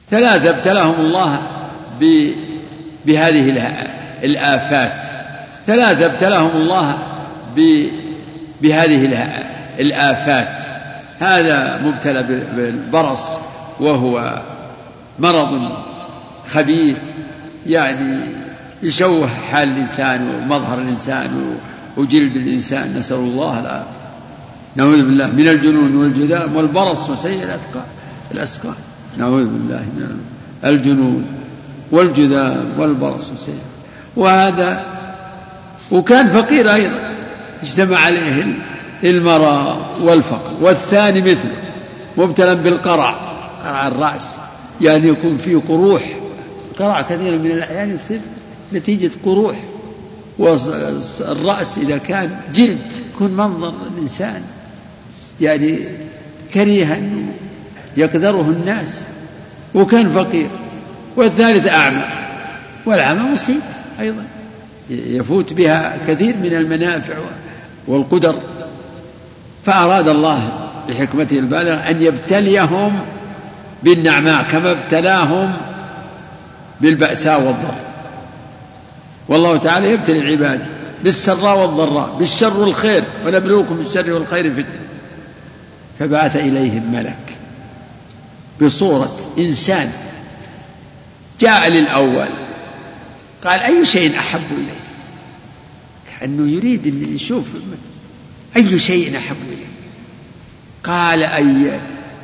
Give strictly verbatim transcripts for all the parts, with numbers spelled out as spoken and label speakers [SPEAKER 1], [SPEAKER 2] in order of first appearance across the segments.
[SPEAKER 1] ثلاثة ابتلاهم الله بهذه الآفات ثلاثة ابتلاهم الله بهذه الآفات. هذا مبتلى بالبرص وهو مرض خبيث يعني يشوه حال الإنسان ومظهر الإنسان وجلد الإنسان، نسأل الله العافية، نعوذ بالله من الجنون والجذام والبرص وسيء الأسقام، نعوذ بالله من الجنون والجذام والبرص وسيء. وهذا وكان فقير أيضا، اجتمع عليه المرض والفقر. والثاني مثله مبتلى بالقرع، قرع الرأس، يعني يكون فيه قروح. قرع كثيرا من الأحيان يصير نتيجة قروح. والرأس إذا كان جلد يكون منظر الإنسان يعني كريها يقدره الناس، وكان فقير. والثالث أعمى، والأعمى مصيبة أيضا يفوت بها كثير من المنافع والقدر. فأراد الله بحكمته البالغة أن يبتليهم بالنعماء كما ابتلاهم بالبأساء والضراء. والله تعالى يبتلي العباد بالسراء والضراء، بالشر والخير، ونبلوكم بالشر والخير فتنة. فبعث إليهم ملك بصورة إنسان، جاء للأول قال أي شيء أحب إليك، كأنه يريد أن يشوف أي شيء أحب إليك. قال أي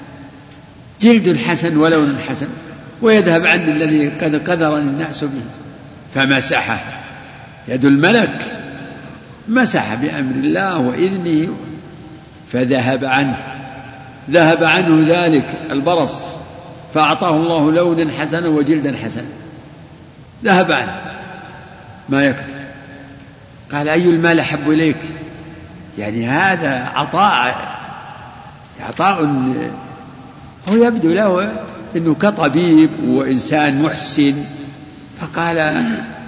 [SPEAKER 1] جلد حسن ولون حسن ويذهب عنه الذي قد قدر الناس به. فمسحه، يد الملك مسح بأمر الله وإذنه فذهب عنه، ذهب عنه ذلك البرص، فأعطاه الله لونا حسنا وجلدا حسنا، ذهب عنه ما يكفي. قال أي المال أحب إليك، يعني هذا عطاء عطاء هو يبدو له أنه كطبيب وإنسان محسن. فقال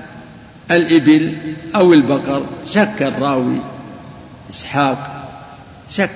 [SPEAKER 1] الإبل أو البقر، شك الراوي إسحاق شك،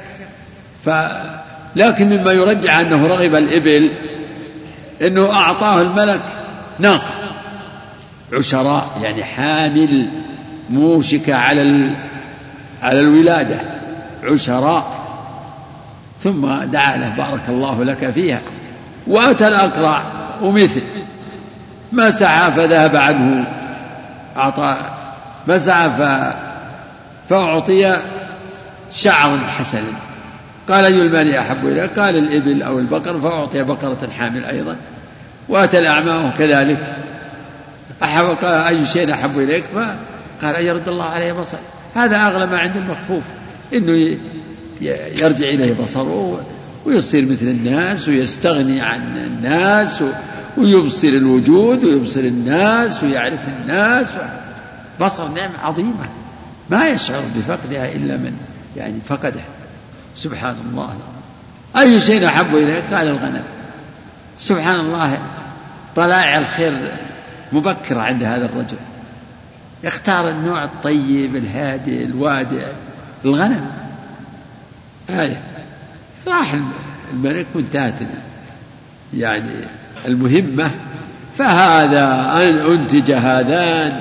[SPEAKER 1] لكن مما يرجع أنه رغب الإبل أنه أعطاه الملك ناقة عشراء، يعني حامل موشكة على على الولادة، عشراء. ثم دعا له بارك الله لك فيها. وأتى الأقرع ومثل مسح فذهب عنه، أعطى مسح فأعطي شعرا حسنا. قال أي المال أحب إليك، قال الإبل أو البقر، فأعطي بقرة حامل أيضا. وأتى الأعمى كذلك، قال أي شيء أحب إليك، فقال أن يرد الله عليه بصر. هذا أغلى ما عند المخفوف، إنه يرجع إليه بصره ويصير مثل الناس ويستغني عن الناس ويبصر الوجود ويبصر الناس ويعرف الناس. بصر نعمة عظيمة ما يشعر بفقدها إلا من يعني فقدها، سبحان الله. أي شيء أحب إليك، قال الغنم. سبحان الله، طلائع الخير مبكرة عند هذا الرجل، يختار النوع الطيب الهادئ الوادع، الغنم. آية راح الملك وانتهت يعني المهمة. فهذا أن أنتج هذان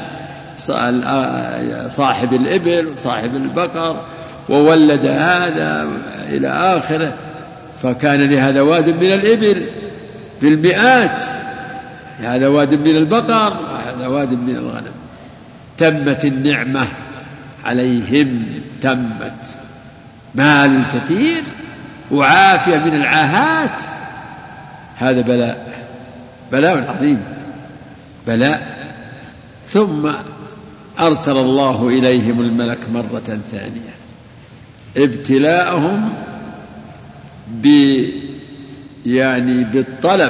[SPEAKER 1] صاحب الإبل وصاحب البقر وولد هذا إلى آخره. فكان لهذا واد من الإبل بالمئات، هذا واد من البقر، هذا واد من الغنم. تمت النعمة عليهم، تمت مال كثير وعافية من العاهات. هذا بلاء، بلاء عظيم، بلاء. ثم أرسل الله إليهم الملك مرة ثانية ابتلاءهم ب يعني بالطلب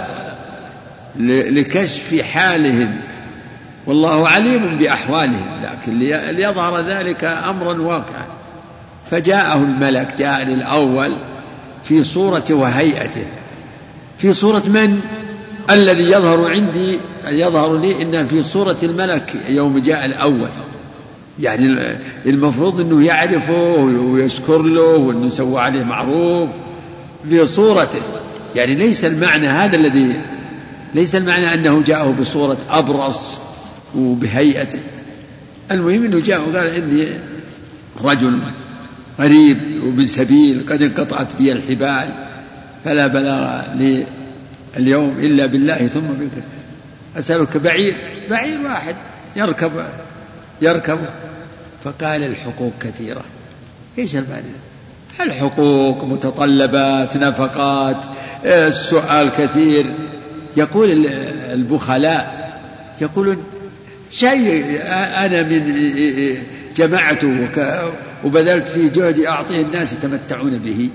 [SPEAKER 1] لكشف حالهم، والله عليم بأحوالهم، لكن ليظهر ذلك أمرا واقعا. فجاءه الملك، جاء للأول في صورة وهيئته، في صورة من؟ الذي يظهر عندي يظهر لي إنه في صورة الملك يوم جاء الأول. يعني المفروض أنه يعرفه ويشكر له وأنه سوى عليه معروف في صورته، يعني ليس المعنى هذا الذي ليس المعنى أنه جاءه بصورة أبرص وبهيئته، المهم أنه جاء وقال إني رجل غريب ومن سبيل قد انقطعت بي الحبال فلا بلاغ لي اليوم إلا بالله ثم بك، أسألك بعير بعير واحد يركب يركب فقال الحقوق كثيرة. إيش المعنى؟ الحقوق متطلبات نفقات السؤال كثير. يقول البخلاء يقولون شيء أنا من جمعته وبذلت فيه جهدي أعطيه الناس يتمتعون به.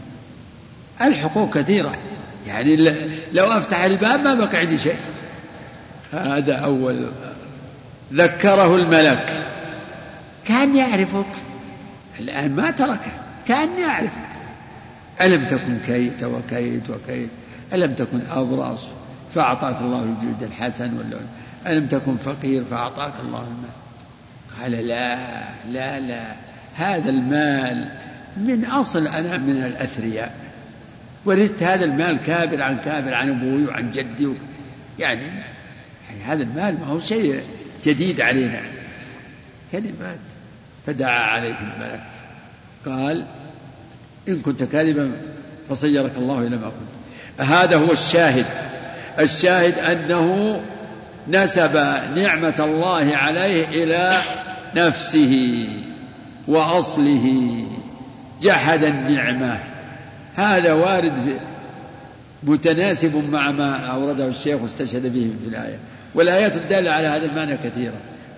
[SPEAKER 1] الحقوق كثيرة، يعني لو أفتح الباب ما بقى عندي شيء. هذا أول. ذكره الملك كان يعرفك، الآن ما تركه، كان يعرفك. ألم تكن كيت وكيت وكيت، ألم تكن أبرص فأعطاك الله الجلد الحسن، ولا ألم تكن فقير فأعطاك الله المال. قال لا لا لا، هذا المال من أصل أنا من الأثرياء، ورثت هذا المال كابر عن كابر عن أبوي وعن جدي، يعني, يعني هذا المال ما هو شيء جديد علينا. كلمات. فدعا عليه الملك قال إن كنت كاذبا فصيرك الله إلى ما كنت. هذا هو الشاهد. الشاهد أنه نسب نعمة الله عليه إلى نفسه وأصله، جحد النعمة. هذا وارد متناسب مع ما أورده الشيخ واستشهد به في الآية، والآيات الدالة على هذا المعنى كثيرة.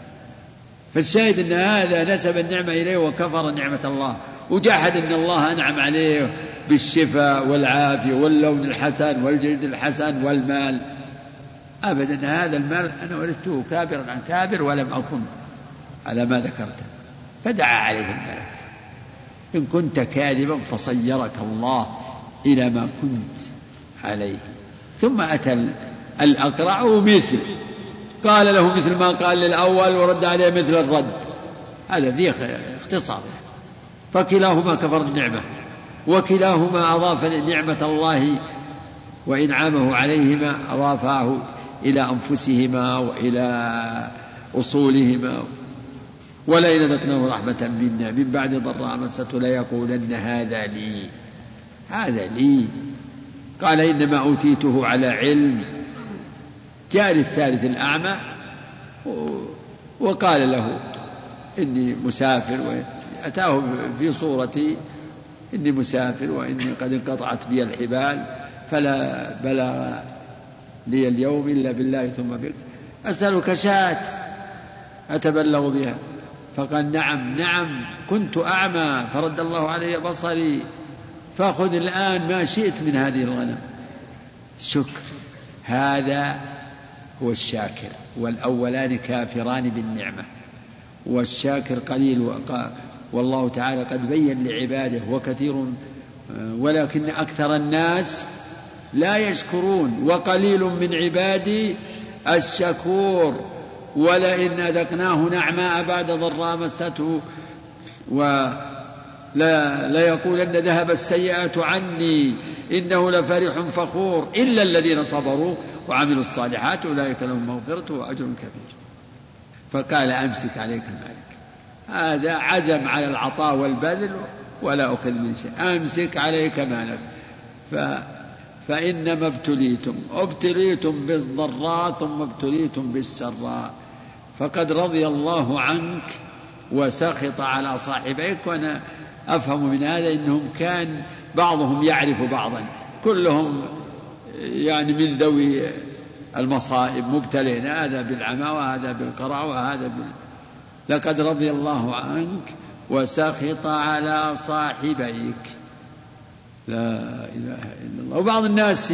[SPEAKER 1] فالشاهد أن هذا نسب النعمة إليه وكفر نعمة الله، وجحد أن الله أنعم عليه بالشفاء والعافية واللون الحسن والجلد الحسن والمال. أبدا، هذا المال أنا ورثته كابرا عن كابر ولم أكن على ما ذكرته. فدعا عليه الملك إن كنت كاذبا فصيرك الله إلى ما كنت عليه. ثم أتى الأقرع مثل قال له مثل ما قال للأول ورد عليه مثل الرد. هذا فيه اختصار، فكلاهما كفر النعمة وكلاهما أضاف نعمة الله وإنعامه عليهما أضافاه إلى أنفسهما وإلى أصولهما. ولئن ذقناه رحمة منا من بعد ضراء مسته ليقولن هذا لي هذا لي. قال إنما أوتيته على علم. جاء الثالث الأعمى وقال له إني مسافر، وأتاه في صورتي إني مسافر وإني قد انقطعت بي الحبال فلا بلغ لي اليوم إلا بالله ثم بك، أسألك شاة أتبلغ بها. فقال نعم نعم كنت أعمى فرد الله علي بصري، فأخذ الآن ما شئت من هذه الغنم. شكر. هذا هو الشاكر، والأولان كافران بالنعمة، والشاكر قليل. والله تعالى قد بين لعباده وكثير ولكن أكثر الناس لا يشكرون، وقليل من عبادي الشكور. ولئن أذقناه نعماء بعد ضراء مسته ولا يقولن ذهب السيئات عني إنه لفرح فخور إلا الذين صبروا وعملوا الصالحات أولئك لهم مغفرة وأجر كبير. فقال أمسك عليك المالك. هذا عزم على العطاء والبذل ولا أخذ من شيء. أمسك عليك مالك. ف فإنما ابتليتم ابتليتم بالضراء ثم ابتليتم بالسراء، فقد رضي الله عنك وسخط على صاحبيك. وأنا أفهم من هذا إنهم كان بعضهم يعرف بعضا، كلهم يعني من ذوي المصائب مبتلين، هذا بالعمى وهذا بالقرع وهذا بال... لقد رضي الله عنك وسخط على صاحبيك. لا إله إلا الله. وبعض الناس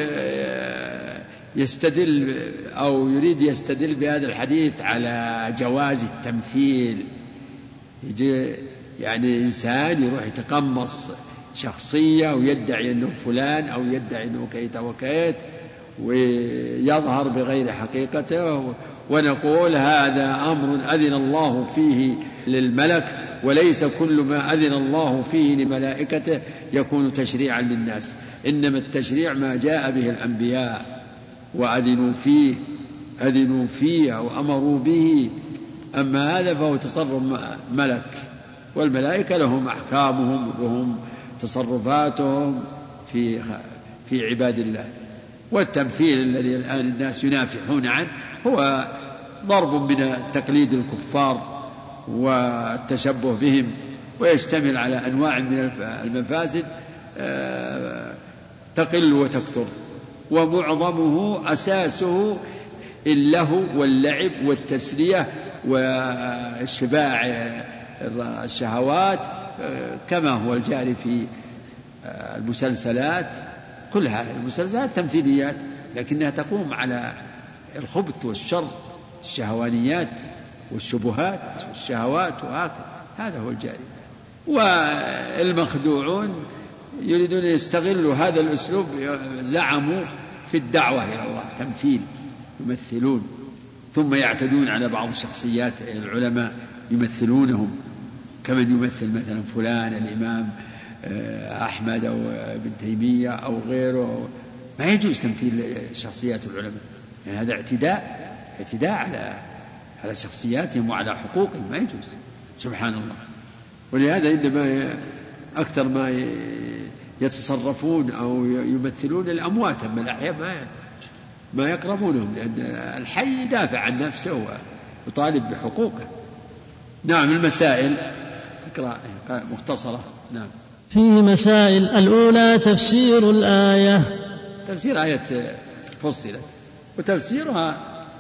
[SPEAKER 1] يستدل أو يريد يستدل بهذا الحديث على جواز التمثيل. يجي يعني إنسان يروح يتقمص شخصية ويدعي أنه فلان أو يدعي أنه كيت وكيت ويظهر بغير حقيقته، ونقول هذا أمر أذن الله فيه للملك، وليس كل ما أذن الله فيه لملائكته يكون تشريعا للناس، إنما التشريع ما جاء به الأنبياء وأذنوا فيه أذنوا فيه أو أمروا به. أما هذا فهو تصرف ملك، والملائكة لهم أحكامهم ولهم تصرفاتهم في في عباد الله. والتمثيل الذي الآن الناس ينافحون عنه هو ضرب من تقليد الكفار والتشبه بهم، ويشتمل على أنواع من المفاسد تقل وتكثر، ومعظمه أساسه اللهو واللعب والتسلية والشباع الشهوات، كما هو الجاري في المسلسلات. كل هذه المسلسلات تمثيليات لكنها تقوم على الخبث والشر، الشهوانيات والشبهات والشهوات، وهكذا هذا هو الجاري. والمخدوعون يريدون أن يستغلوا هذا الأسلوب، زعموا في الدعوة إلى الله تمثيل، يمثلون، ثم يعتدون على بعض الشخصيات العلماء يمثلونهم، كمن يمثل مثلا فلان الإمام أحمد أو ابن تيمية أو غيره. ما يجوز تمثيل شخصيات العلماء، يعني هذا اعتداء اعتداء على على شخصياتهم وعلى حقوقهم، ما يجوز. سبحان الله. ولهذا إنما أكثر ما يتصرفون أو يمثلون الأموات، أما الأحياء ما ما يقربونهم، لأن الحي يدافع عن نفسه ويطالب بحقوقه. نعم. المسائل اقرأ مختصرة. نعم.
[SPEAKER 2] فيه مسائل. الأولى تفسير الآية.
[SPEAKER 1] تفسير آية فصلت، وتفسيرها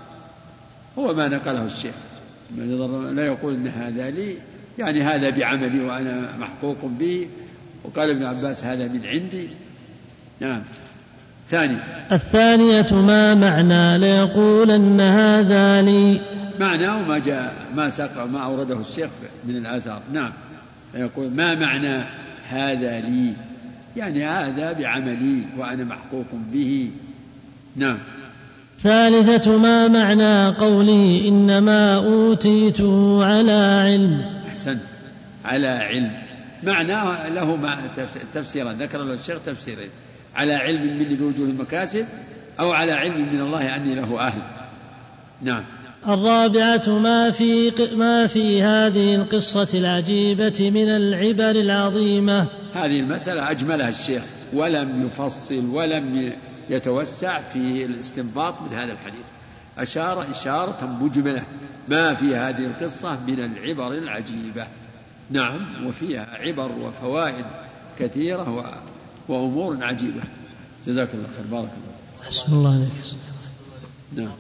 [SPEAKER 1] هو ما نقله الشيخ، لا يقول إن هذا لي، يعني هذا بعملي وأنا محقوق به، وقال ابن عباس هذا من عندي. نعم. ثاني.
[SPEAKER 2] الثانية ما معنى ليقولن هذا لي.
[SPEAKER 1] معناه ما جاء ما ساق ما أورده الشيخ من الآثار. نعم. يقول ما معنى هذا لي، يعني هذا بعملي وأنا محقوق به. نعم.
[SPEAKER 2] ثالثة ما معنى قوله إنما أوتيته على علم.
[SPEAKER 1] أحسنت، على علم. معناه له ما تفسيرا ذكر له الشيخ تفسيرين: على علم مني بوجوه المكاسب، أو على علم من الله أني له أهل. نعم.
[SPEAKER 2] الرابعة ما في ما في هذه القصة العجيبة من العبر العظيمة.
[SPEAKER 1] هذه المسألة أجملها الشيخ ولم يفصل ولم يتوسع في الاستنباط من هذا الحديث، أشار إشارة مجملة ما في هذه القصة من العبر العجيبة. نعم. وفيها عبر وفوائد كثيرة وأمور عجيبة. جزاك الله خير. بارك الله.
[SPEAKER 2] أحسن الله عليك.
[SPEAKER 1] نعم.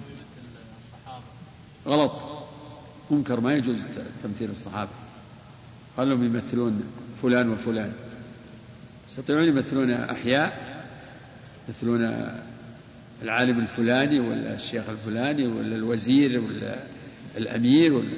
[SPEAKER 1] غلط، منكر، ما يجوز تمثيل الصحابة. قال لهم يمثلون فلان وفلان، يستطيعون يمثلون أحياء، يمثلون العالم الفلاني ولا الشيخ الفلاني ولا الوزير ولا الأمير ولا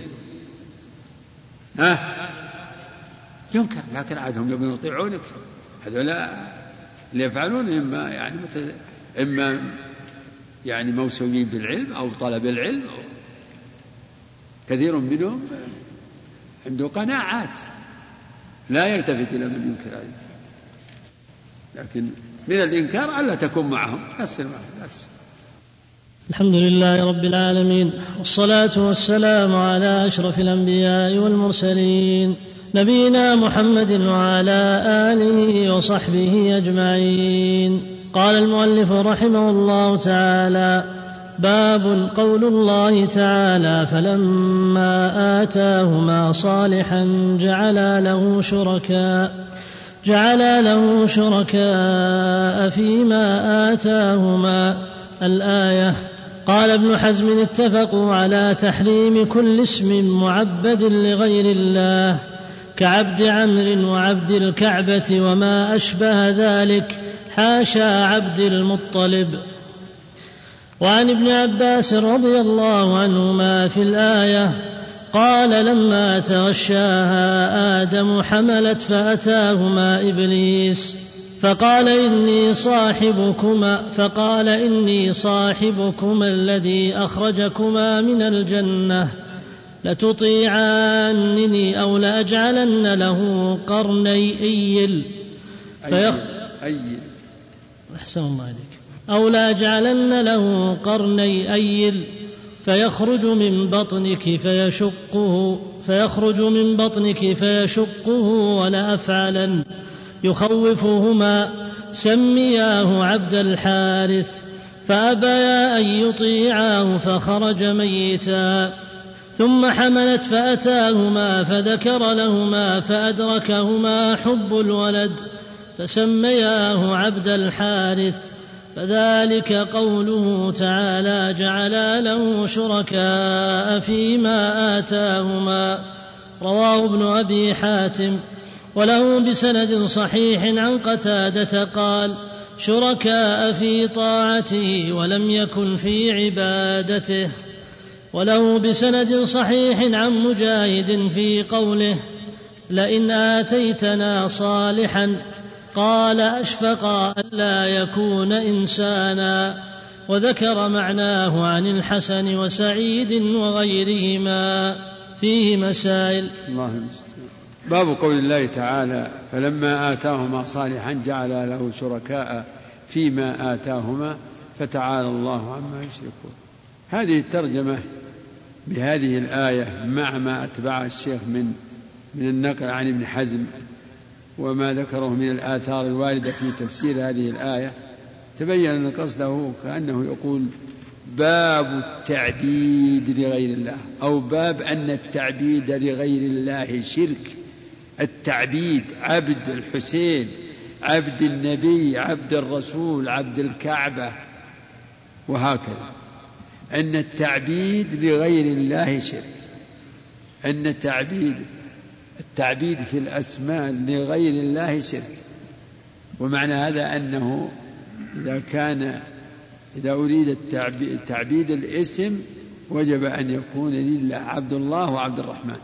[SPEAKER 1] ها ينكر، لكن عادهم يوم يطيعونك. هذولا اللي يفعلون إما يعني مت... إما يعني موسومين بالعلم أو طلب العلم، أو كثير منهم عنده قناعات لا يلتفت إلى من ينكر عليه، لكن من الإنكار ألا تكون معهم، أصل معهم.
[SPEAKER 2] الحمد لله رب العالمين، والصلاة والسلام على أشرف الأنبياء والمرسلين، نبينا محمد وعلى آله وصحبه أجمعين. قال المؤلف رحمه الله تعالى: باب قول الله تعالى: فلما آتاهما صالحا جعل له شركاء جعل له شركاء فيما آتاهما. الآية. قال ابن حزم: اتفقوا على تحريم كل اسم معبد لغير الله كعبد عمرو وعبد الكعبة وما أشبه ذلك، حاشا عبد المطلب. وعن ابن عباس رضي الله عنهما في الآية قال: لما تغشاها آدم حملت فأتاهما إبليس فقال إني صاحبكما فقال إني صاحبكما الذي أخرجكما من الجنة، لتطيعانني أو لأجعلن له قرني أيل فيخ...
[SPEAKER 1] أيل.
[SPEAKER 2] أحسن الله عليك. أو لأجعلن له قرني أيل فيخرج من بطنك فيشقه فيخرج من بطنك فيشقه ولأفعلن يخوفهما سمياه عبد الحارث فأبيا أن يطيعاه فخرج ميتا ثم حملت فأتاهما فذكر لهما فأدركهما حب الولد فسمياه عبد الحارث فذلك قوله تعالى جعلا له شركاء فيما آتاهما. رواه ابن أبي حاتم وله بسند صحيح عن قتادة قال شركاء في طاعته ولم يكن في عبادته. وله بسند صحيح عن مجاهد في قوله لئن آتيتنا صالحا قال أشفق ألا يكون إنسانا. وذكر معناه عن الحسن وسعيد وغيرهما. فيه مسائل.
[SPEAKER 3] الله المستعان. باب قول الله تعالى فلما آتاهما صالحا جعل له شركاء فيما آتاهما فتعالى الله عما يشركون. هذه الترجمة بهذه الآية مع ما أتبع الشيخ من من النقل عن ابن حزم وما ذكره من الآثار الواردة في تفسير هذه الآية تبين أن قصده كأنه يقول باب التعبيد لغير الله أو باب أن التعبيد لغير الله شرك. التعبيد عبد الحسين عبد النبي عبد الرسول عبد الكعبة وهكذا. أن التعبيد لغير الله شرك. أن التعبيد التعبيد في الأسماء لغير الله شرك. ومعنى هذا أنه إذا كان إذا أريد التعبيد, التعبيد الاسم وجب أن يكون لله عبد الله وعبد الرحمن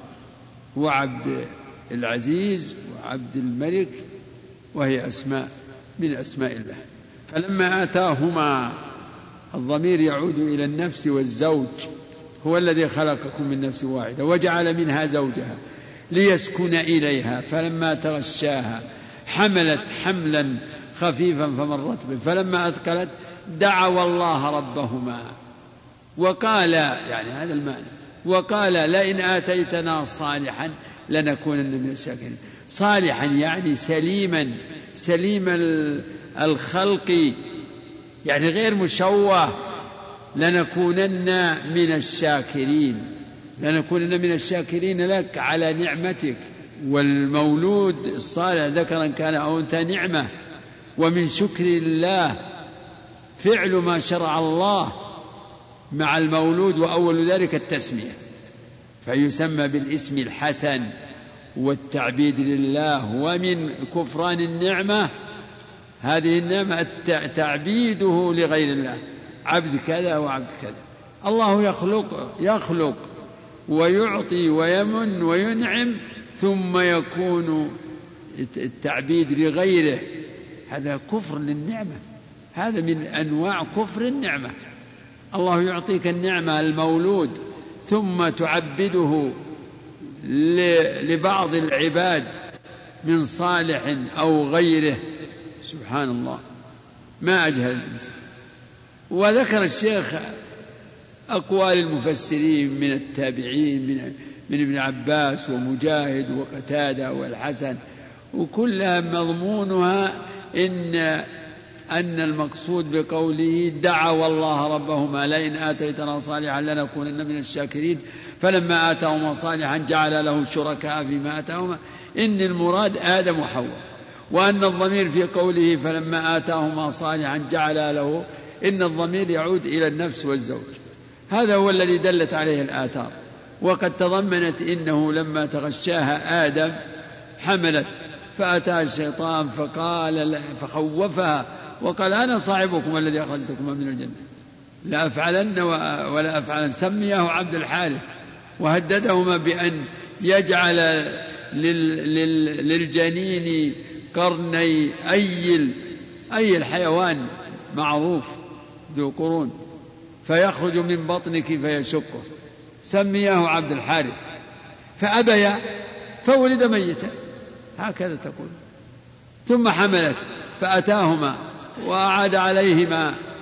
[SPEAKER 3] وعبد العزيز وعبد الملك وهي أسماء من أسماء الله. فلما آتاهما الضمير يعود إلى النفس والزوج هو الذي خلقكم من نفس واحدة وجعل منها زوجها ليسكن إليها فلما تغشاها حملت حملا خفيفا فمرت به فلما أثقلت دعوا الله ربهما وقال يعني هذا المعنى وقال لئن آتيتنا صالحا لنكونن من الشاكرين. صالحا يعني سليما سليم الخلق يعني غير مشوه لنكونن من الشاكرين لنكونن من الشاكرين لك على نعمتك. والمولود الصالح ذكرا كان أو أنثى نعمة ومن شكر الله فعل ما شرع الله مع المولود وأول ذلك التسمية فيسمى بالاسم الحسن والتعبيد لله. ومن كفران النعمة هذه النعمة تعبيده لغير الله عبد كذا وعبد كذا. الله يخلق يخلق ويعطي ويمن وينعم ثم يكون التعبيد لغيره هذا كفر للنعمة. هذا من أنواع كفر النعمة. الله يعطيك النعمة المولود ثم تعبده لبعض العباد من صالح أو غيره. سبحان الله ما أجهل الإنسان. وذكر الشيخ أقوال المفسرين من التابعين من, من ابن عباس ومجاهد وقتادة والحسن وكلها مضمونها إن أن المقصود بقوله دعوا الله ربهما لئن آتيتنا صالحا لنكونن من الشاكرين فلما آتاهما صالحا جعل له شركاء فيما آتاهما إن المراد آدم وحواء. وأن الضمير في قوله فلما آتاهما صالحا جعل له إن الضمير يعود إلى النفس والزوج. هذا هو الذي دلت عليه الآثار. وقد تضمنت إنه لما تغشاها آدم حملت فأتاها الشيطان فقال فخوفها وقال أنا صاحبكم الذي أخرجتكما من الجنة لا أفعلن ولا أفعلن. سمياه عبد الحارث وهددهما بأن يجعل للجنين قرني أيل أي الحيوان معروف ذو قرون فيخرج من بطنك فيشقه. سمياه عبد الحارث فأبيا فولد ميتا هكذا تقول. ثم حملت فأتاهما وأعاد عليهما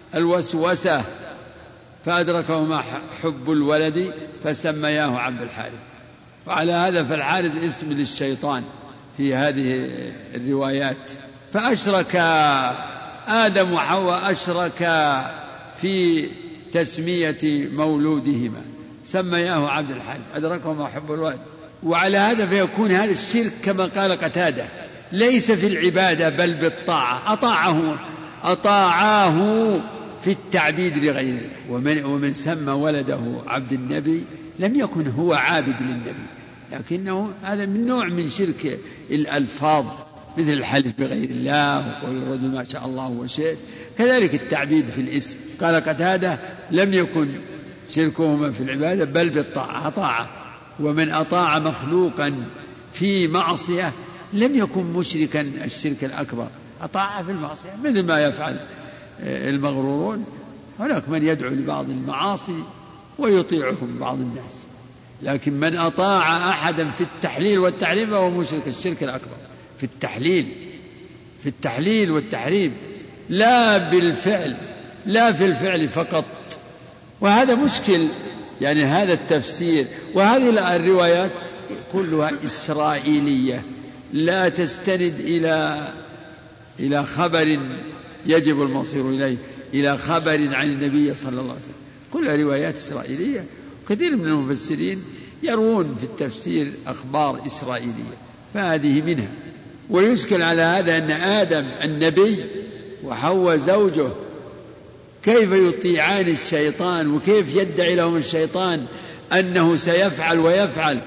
[SPEAKER 3] الوسوسة فأدركهما حب الولد فسمياه عبد الحارث. وعلى هذا فالحارث اسم للشيطان في هذه الروايات. فأشرك آدم وحواء أشرك في تسمية مولودهما سمياه عبد الحارث أدركهما حب الولد. وعلى هذا فيكون هذا الشرك كما قال قتادة ليس في العبادة بل بالطاعة، أطاعه أطاعاه في التعبيد لغيره. ومن, ومن سمى ولده عبد النبي لم يكن هو عابد للنبي، لكنه هذا من نوع من شرك الألفاظ مثل الحلف بغير الله وقول الرجل ما شاء الله وشئت. كذلك التعبيد في الاسم. قال قتادة لم يكن شركهما في العبادة بل بالطاعة أطاعه. ومن أطاع مخلوقا في معصية لم يكن مشركا الشرك الأكبر، أطاع في المعصية مثل ما يفعل المغرورون. هناك من يدعو لبعض المعاصي ويطيعهم بعض الناس، لكن من أطاع أحدا في التحليل والتحريم فهو مشرك الشرك الأكبر في التحليل في التحليل والتحريم، لا بالفعل لا في الفعل فقط. وهذا مشكل يعني هذا التفسير. وهذه الروايات كلها إسرائيلية لا تستند إلى إلى خبر يجب المصير إليه، إلى خبر عن النبي صلى الله عليه وسلم. كلها روايات إسرائيلية. كثير من المفسرين يروون في التفسير أخبار إسرائيلية، فهذه منها. ويشكل على هذا أن آدم النبي وحواء زوجه كيف يطيعان الشيطان، وكيف يدعي لهم الشيطان أنه سيفعل ويفعل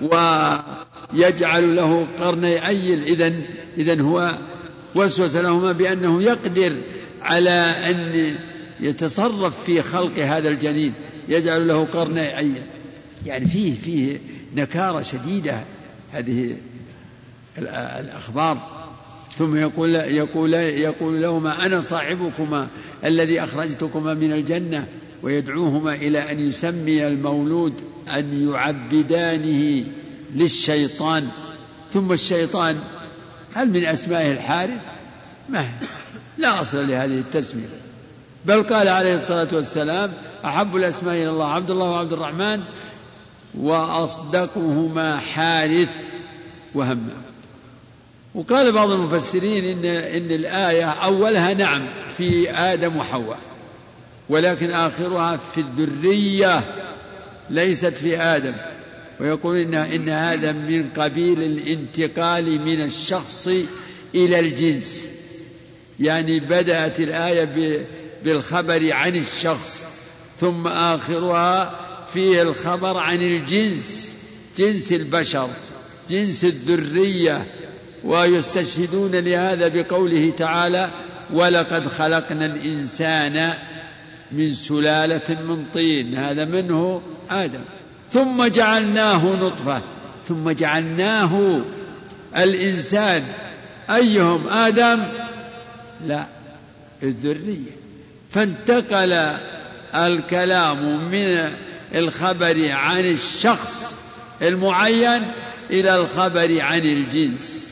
[SPEAKER 3] ويجعل له قرني أيل. إذن إذن هو وسوس لهما بأنه يقدر على أن يتصرف في خلق هذا الجنين، يجعل له قرني أيل. يعني فيه فيه نكارة شديدة هذه الأخبار. ثم يقول, يقول, يقول لهما أنا صاحبكما الذي أخرجتكما من الجنة، ويدعوهما إلى أن يسمي المولود أن يعبدانه للشيطان. ثم الشيطان هل من أسمائه الحارث؟ ما لا أصل لهذه التسمية، بل قال عليه الصلاة والسلام أحب الأسماء إلى الله عبد الله وعبد الرحمن، وأصدقهما حارث وهمام. وقال بعض المفسرين إن, إن الآية أولها نعم في آدم وحواء، ولكن آخرها في الذرية ليست في آدم. ويقول إن, إن هذا من قبيل الانتقال من الشخص إلى الجنس، يعني بدأت الآية بالخبر عن الشخص ثم آخرها فيه الخبر عن الجنس، جنس البشر، جنس الذرية. ويستشهدون لهذا بقوله تعالى ولقد خلقنا الإنسان من سلالة من طين، هذا منه آدم، ثم جعلناه نطفة، ثم جعلناه الإنسان أيهم آدم؟ لا، الذرية. فانتقل الكلام من الخبر عن الشخص المعين إلى الخبر عن الجنس.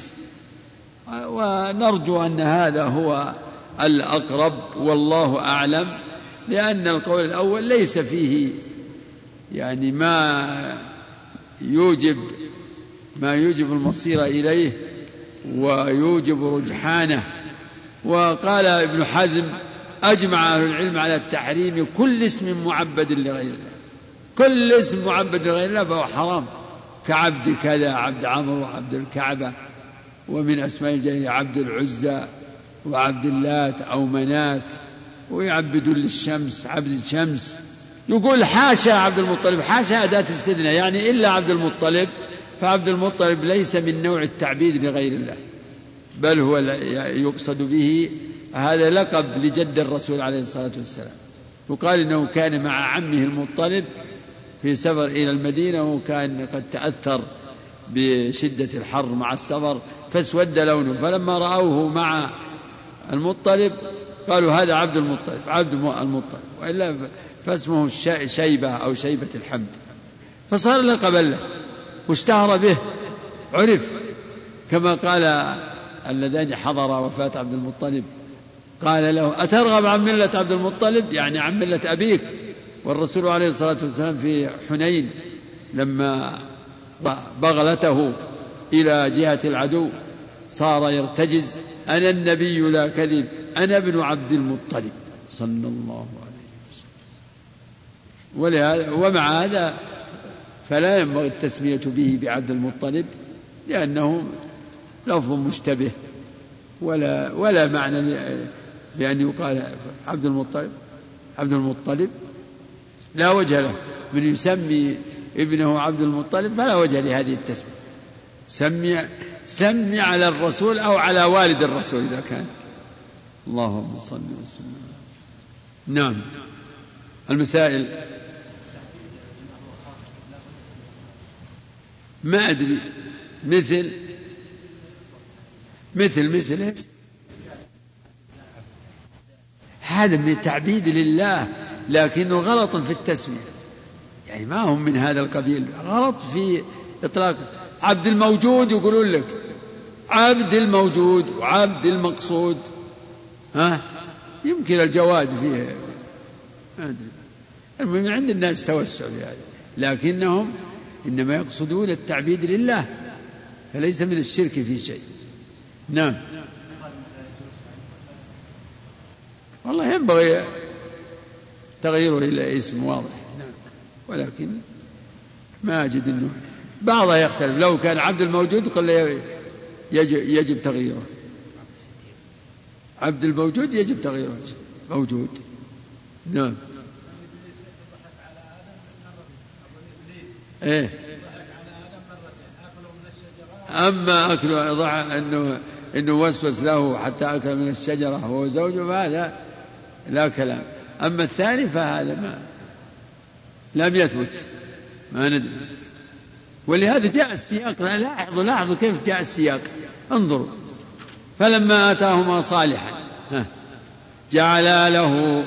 [SPEAKER 3] ونرجو أن هذا هو الأقرب والله أعلم، لأن القول الأول ليس فيه يعني ما يوجب ما يوجب المصير إليه ويوجب رجحانه. وقال ابن حزم أجمع أهل العلم على التحريم كل اسم معبد لغير الله، كل اسم معبد لغير الله فهو حرام، كعبد كذا، عبد عمرو وعبد الكعبة، ومن أسماء الجاهلية عبد العزى وعبد اللات أو منات، ويعبدون للشمس عبد الشمس. يقول حاشا عبد المطلب، حاشا أداة استثناء يعني إلا عبد المطلب، فعبد المطلب ليس من نوع التعبيد لغير الله، بل هو يقصد به هذا لقب لجد الرسول عليه الصلاة والسلام. وقال إنه كان مع عمه المطلب في سفر إلى المدينة، وكان قد تأثر بشدة الحر مع السفر فاسود لونه، فلما رأوه مع المطلب قالوا هذا عبد المطلب، عبد المطلب، وإلا فاسمه شيبة أو شيبة الحمد، فصار لقبا له واشتهر به، عرف كما قال اللذان حضر وفاة عبد المطلب قال له أترغب عن ملة عبد المطلب، يعني عن ملة أبيك. والرسول عليه الصلاة والسلام في حنين لما بغلته إلى جهة العدو صار يرتجز: أنا النبي لا كذب، أنا ابن عبد المطلب صلى الله عليه وسلم. ومع هذا فلا ينبغي التسمية به بعبد المطلب، لأنه لفظ مشتبه، ولا ولا معنى بأن يقال عبد المطلب. عبد المطلب لا وجه له، من يسمي ابنه عبد المطلب فلا وجه لهذه التسمية. سمي سمي على الرسول أو على والد الرسول إذا كان. اللهم صل وسلم. نعم. المسائل ما أدري، مثل مثل مثل إيش؟ هذا من التعبيد لله، لكنه غلط في التسمية، يعني ما هم من هذا القبيل، غلط في إطلاق. عبد الموجود يقولون لك عبد الموجود وعبد المقصود، ها يمكن الجواد فيه، المهم عند الناس توسع في هذا، لكنهم إنما يقصدون التعبيد لله، فليس من الشرك في شيء. نعم. والله ينبغي تغييره إلى اسم واضح، نعم. ولكن ما أجد أنه بعضها يختلف. لو كان عبد الموجود قل يجب, يجب تغييره. عبد الموجود يجب تغييره، موجود. نعم. إيه. أما أكل أنه إنه وسوس له حتى أكل من الشجرة وهو زوجه فهذا لا كلام. أما الثاني فهذا ما لم يثبت، ما ندري. ولهذا جاء السياق. لاحظوا لاحظوا كيف جاء السياق، انظروا: فلما آتاهما صالحا جعلا له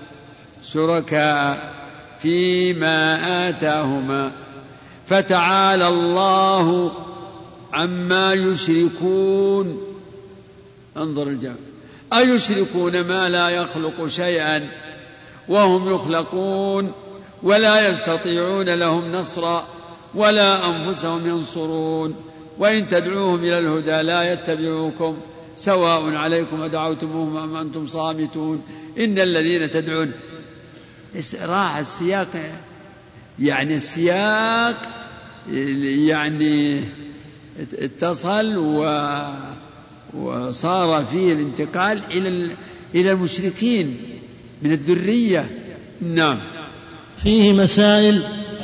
[SPEAKER 3] شركاء فيما آتاهما فتعالى الله عما يشركون. انظر الجمع: أيشركون ما لا يخلق شيئا وهم يخلقون ولا يستطيعون لهم نصرا ولا أنفسهم ينصرون وإن تدعوهم إلى الهدى لا يتبعوكم سواء عليكم أدعوتموهم أم أنتم صامتون إن الذين تدعون. راح السياق، يعني السياق يعني اتصل وصار فيه الانتقال إلى إلى المشركين من الذرية. نعم.
[SPEAKER 2] فيه مسائل.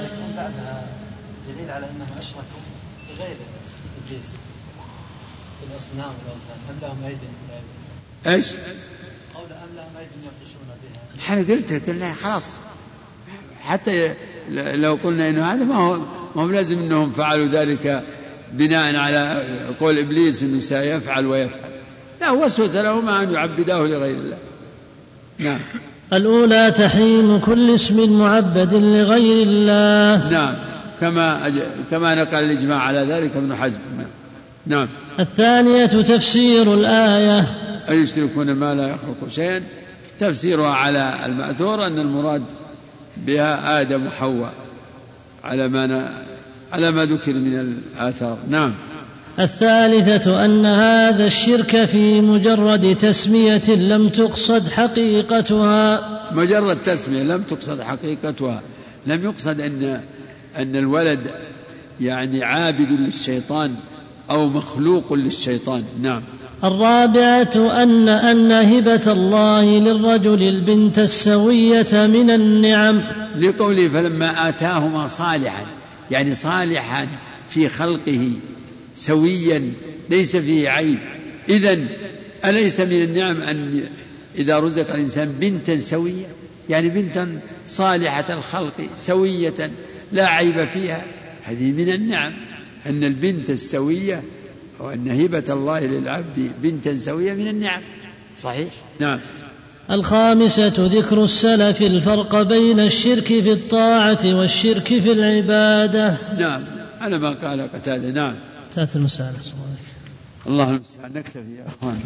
[SPEAKER 4] دليل على أنهم أشركوا بغير إبليس في الأصنام والأوثان. أم لهم أيدي؟
[SPEAKER 3] إيش؟
[SPEAKER 4] قول أم لهم أيدي يبطشون بها.
[SPEAKER 3] حنا قلت قلنا خلاص، حتى لو قلنا إنه هذا ما هو ما هو لازم إنهم فعلوا ذلك بناء على قول إبليس إنه سيفعل ويفعل، لا، وسوس لهما أن يعبداه لغير الله. نعم.
[SPEAKER 2] الأولى تحريم كل اسم معبد لغير الله.
[SPEAKER 3] نعم، كما أج... كما نقل الإجماع على ذلك ابن حزم. نعم.
[SPEAKER 2] الثانية تفسير الآية:
[SPEAKER 3] أيشركون ما لا يخلق شيئا، تفسيرها على المأثور أن المراد بها آدم وحواء على ما ن... على ما ذكر من الآثار. نعم.
[SPEAKER 2] الثالثة أن هذا الشرك في مجرد تسمية لم تقصد حقيقتها.
[SPEAKER 3] مجرد تسمية لم تقصد حقيقتها، لم يقصد أن أن الولد يعني عابد للشيطان أو مخلوق للشيطان. نعم.
[SPEAKER 2] الرابعة أن أن هبة الله للرجل البنت السوية من النعم،
[SPEAKER 3] لقوله فلما آتاهما صالحا، يعني صالحا في خلقه سويا ليس فيه عيب. إذن أليس من النعم أن إذا رزق الإنسان بنتا سوية، يعني بنتا صالحة الخلق سوية لا عيب فيها، هذه من النعم. أن البنت السوية وأن هبة الله للعبد بنتا سوية من النعم. صحيح. نعم.
[SPEAKER 2] الخامسة ذكر السلف الفرق بين الشرك في الطاعة والشرك في العبادة.
[SPEAKER 3] نعم، على ما قال قتادة. نعم.
[SPEAKER 2] تأتي المسألة.
[SPEAKER 3] الله المستعان. نكتفي يا أخوان.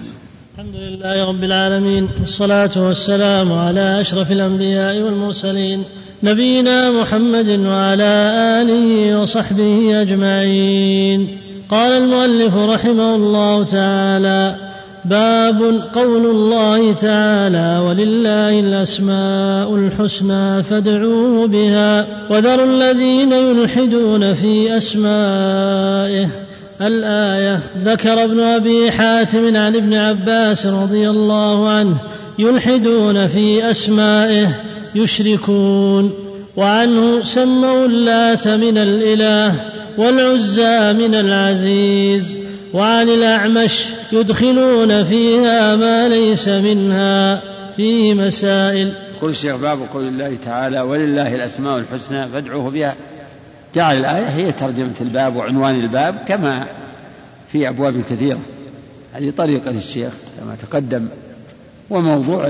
[SPEAKER 2] الحمد لله رب العالمين، والصلاة والسلام على أشرف الأنبياء والمرسلين نبينا محمد وعلى آله وصحبه أجمعين. قال المؤلف رحمه الله تعالى: باب قول الله تعالى: ولله الأسماء الحسنى فادعوه بها وذروا الذين يلحدون في أسمائه. الآية. ذكر ابن أبي حاتم عن ابن عباس رضي الله عنه: يلحدون في أسمائه يشركون. وعنه: سموا اللات من الإله والعزى من العزيز. وعن الأعمش: يدخلون فيها ما ليس منها. فيه مسائل.
[SPEAKER 3] يقول الشيخ: باب قول الله تعالى: ولله الأسماء الحسنى فادعوه بها. جعل الآية هي ترجمة الباب وعنوان الباب كما في أبواب كثيرة. هذه طريقة الشيخ كما تقدم. وموضوع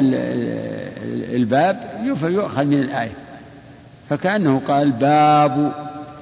[SPEAKER 3] الباب يؤخذ من الآية، فكأنه قال: باب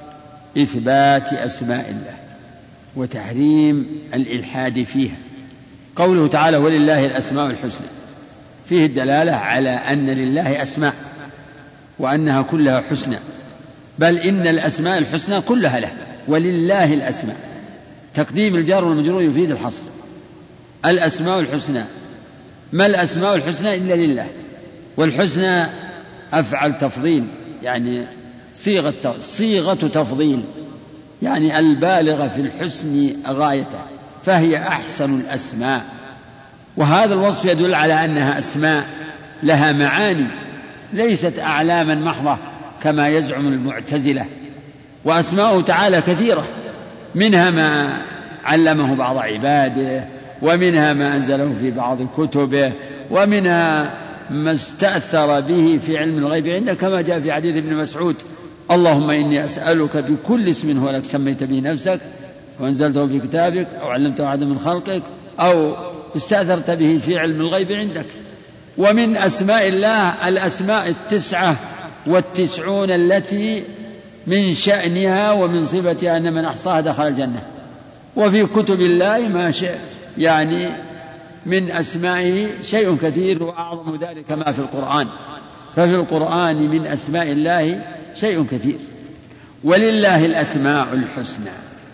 [SPEAKER 3] إثبات أسماء الله وتحريم الإلحاد فيها. قوله تعالى: ولله الأسماء الحسنى فيه الدلالة على أن لله أسماء وأنها كلها حسنى، بل إن الأسماء الحسنى كلها له. ولله الأسماء، تقديم الجار والمجرور يفيد الحصر. الأسماء الحسنى، ما الأسماء الحسنى إلا لله. والحسنى أفعل تفضيل، يعني صيغة صيغة تفضيل، يعني البالغة في الحسن غايته، فهي أحسن الأسماء. وهذا الوصف يدل على أنها أسماء لها معاني ليست أعلاما محضة كما يزعم المعتزلة. وأسماؤه تعالى كثيرة، منها ما علمه بعض عباده، ومنها ما أنزله في بعض كتبه، ومنها ما استأثر به في علم الغيب عنده كما جاء في حديث ابن مسعود: اللهم إني أسألك بكل اسم هو لك سميت به نفسك وأنزلته في كتابك أو علمته أحدا من خلقك أو استأثرت به في علم الغيب عندك. ومن أسماء الله الأسماء التسعة والتسعون التي من شأنها ومن صفتها أن من أحصاها دخل الجنة. وفي كتب الله ما شاء، يعني من أسمائه شيء كثير، وأعظم ذلك ما في القرآن. ففي القرآن من أسماء الله شيء كثير. ولله الأسماء الحسنى،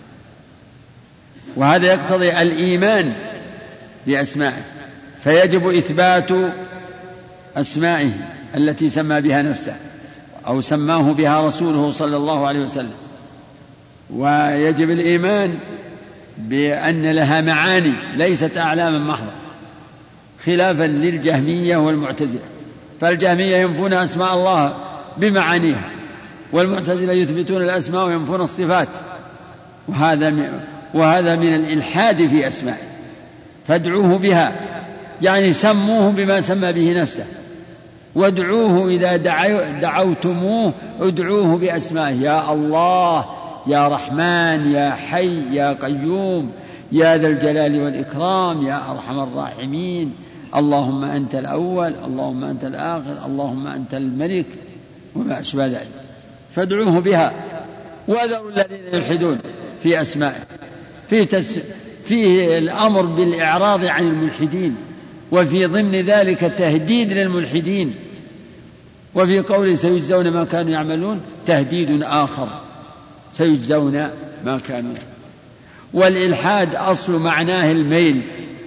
[SPEAKER 3] وهذا يقتضي الإيمان بأسمائه، فيجب إثبات أسمائه التي سمى بها نفسه أو سماه بها رسوله صلى الله عليه وسلم. ويجب الإيمان بأن لها معاني ليست أعلاما محضة، خلافا للجهمية والمعتزلة. فالجهمية ينفون أسماء الله بمعانيها، والمعتزلة يثبتون الأسماء وينفون الصفات، وهذا وهذا من الإلحاد في أسمائه. فادعوه بها، يعني سموه بما سمى به نفسه، وادعوه إذا دعوتموه ادعوه بأسمائه: يا الله، يا رحمن، يا حي، يا قيوم، يا ذا الجلال والإكرام، يا أرحم الراحمين، اللهم أنت الأول، اللهم أنت الآخر، اللهم أنت الملك، وما أشبه ذلك. فادعوه بها. وذروا الذين يلحدون في أسمائه، فيه, تس... فيه الأمر بالإعراض عن الملحدين، وفي ضمن ذلك تهديد للملحدين. وفي قوله سيجزون ما كانوا يعملون تهديد آخر، سيجزون ما كانوا يعملون. والإلحاد أصل معناه الميل،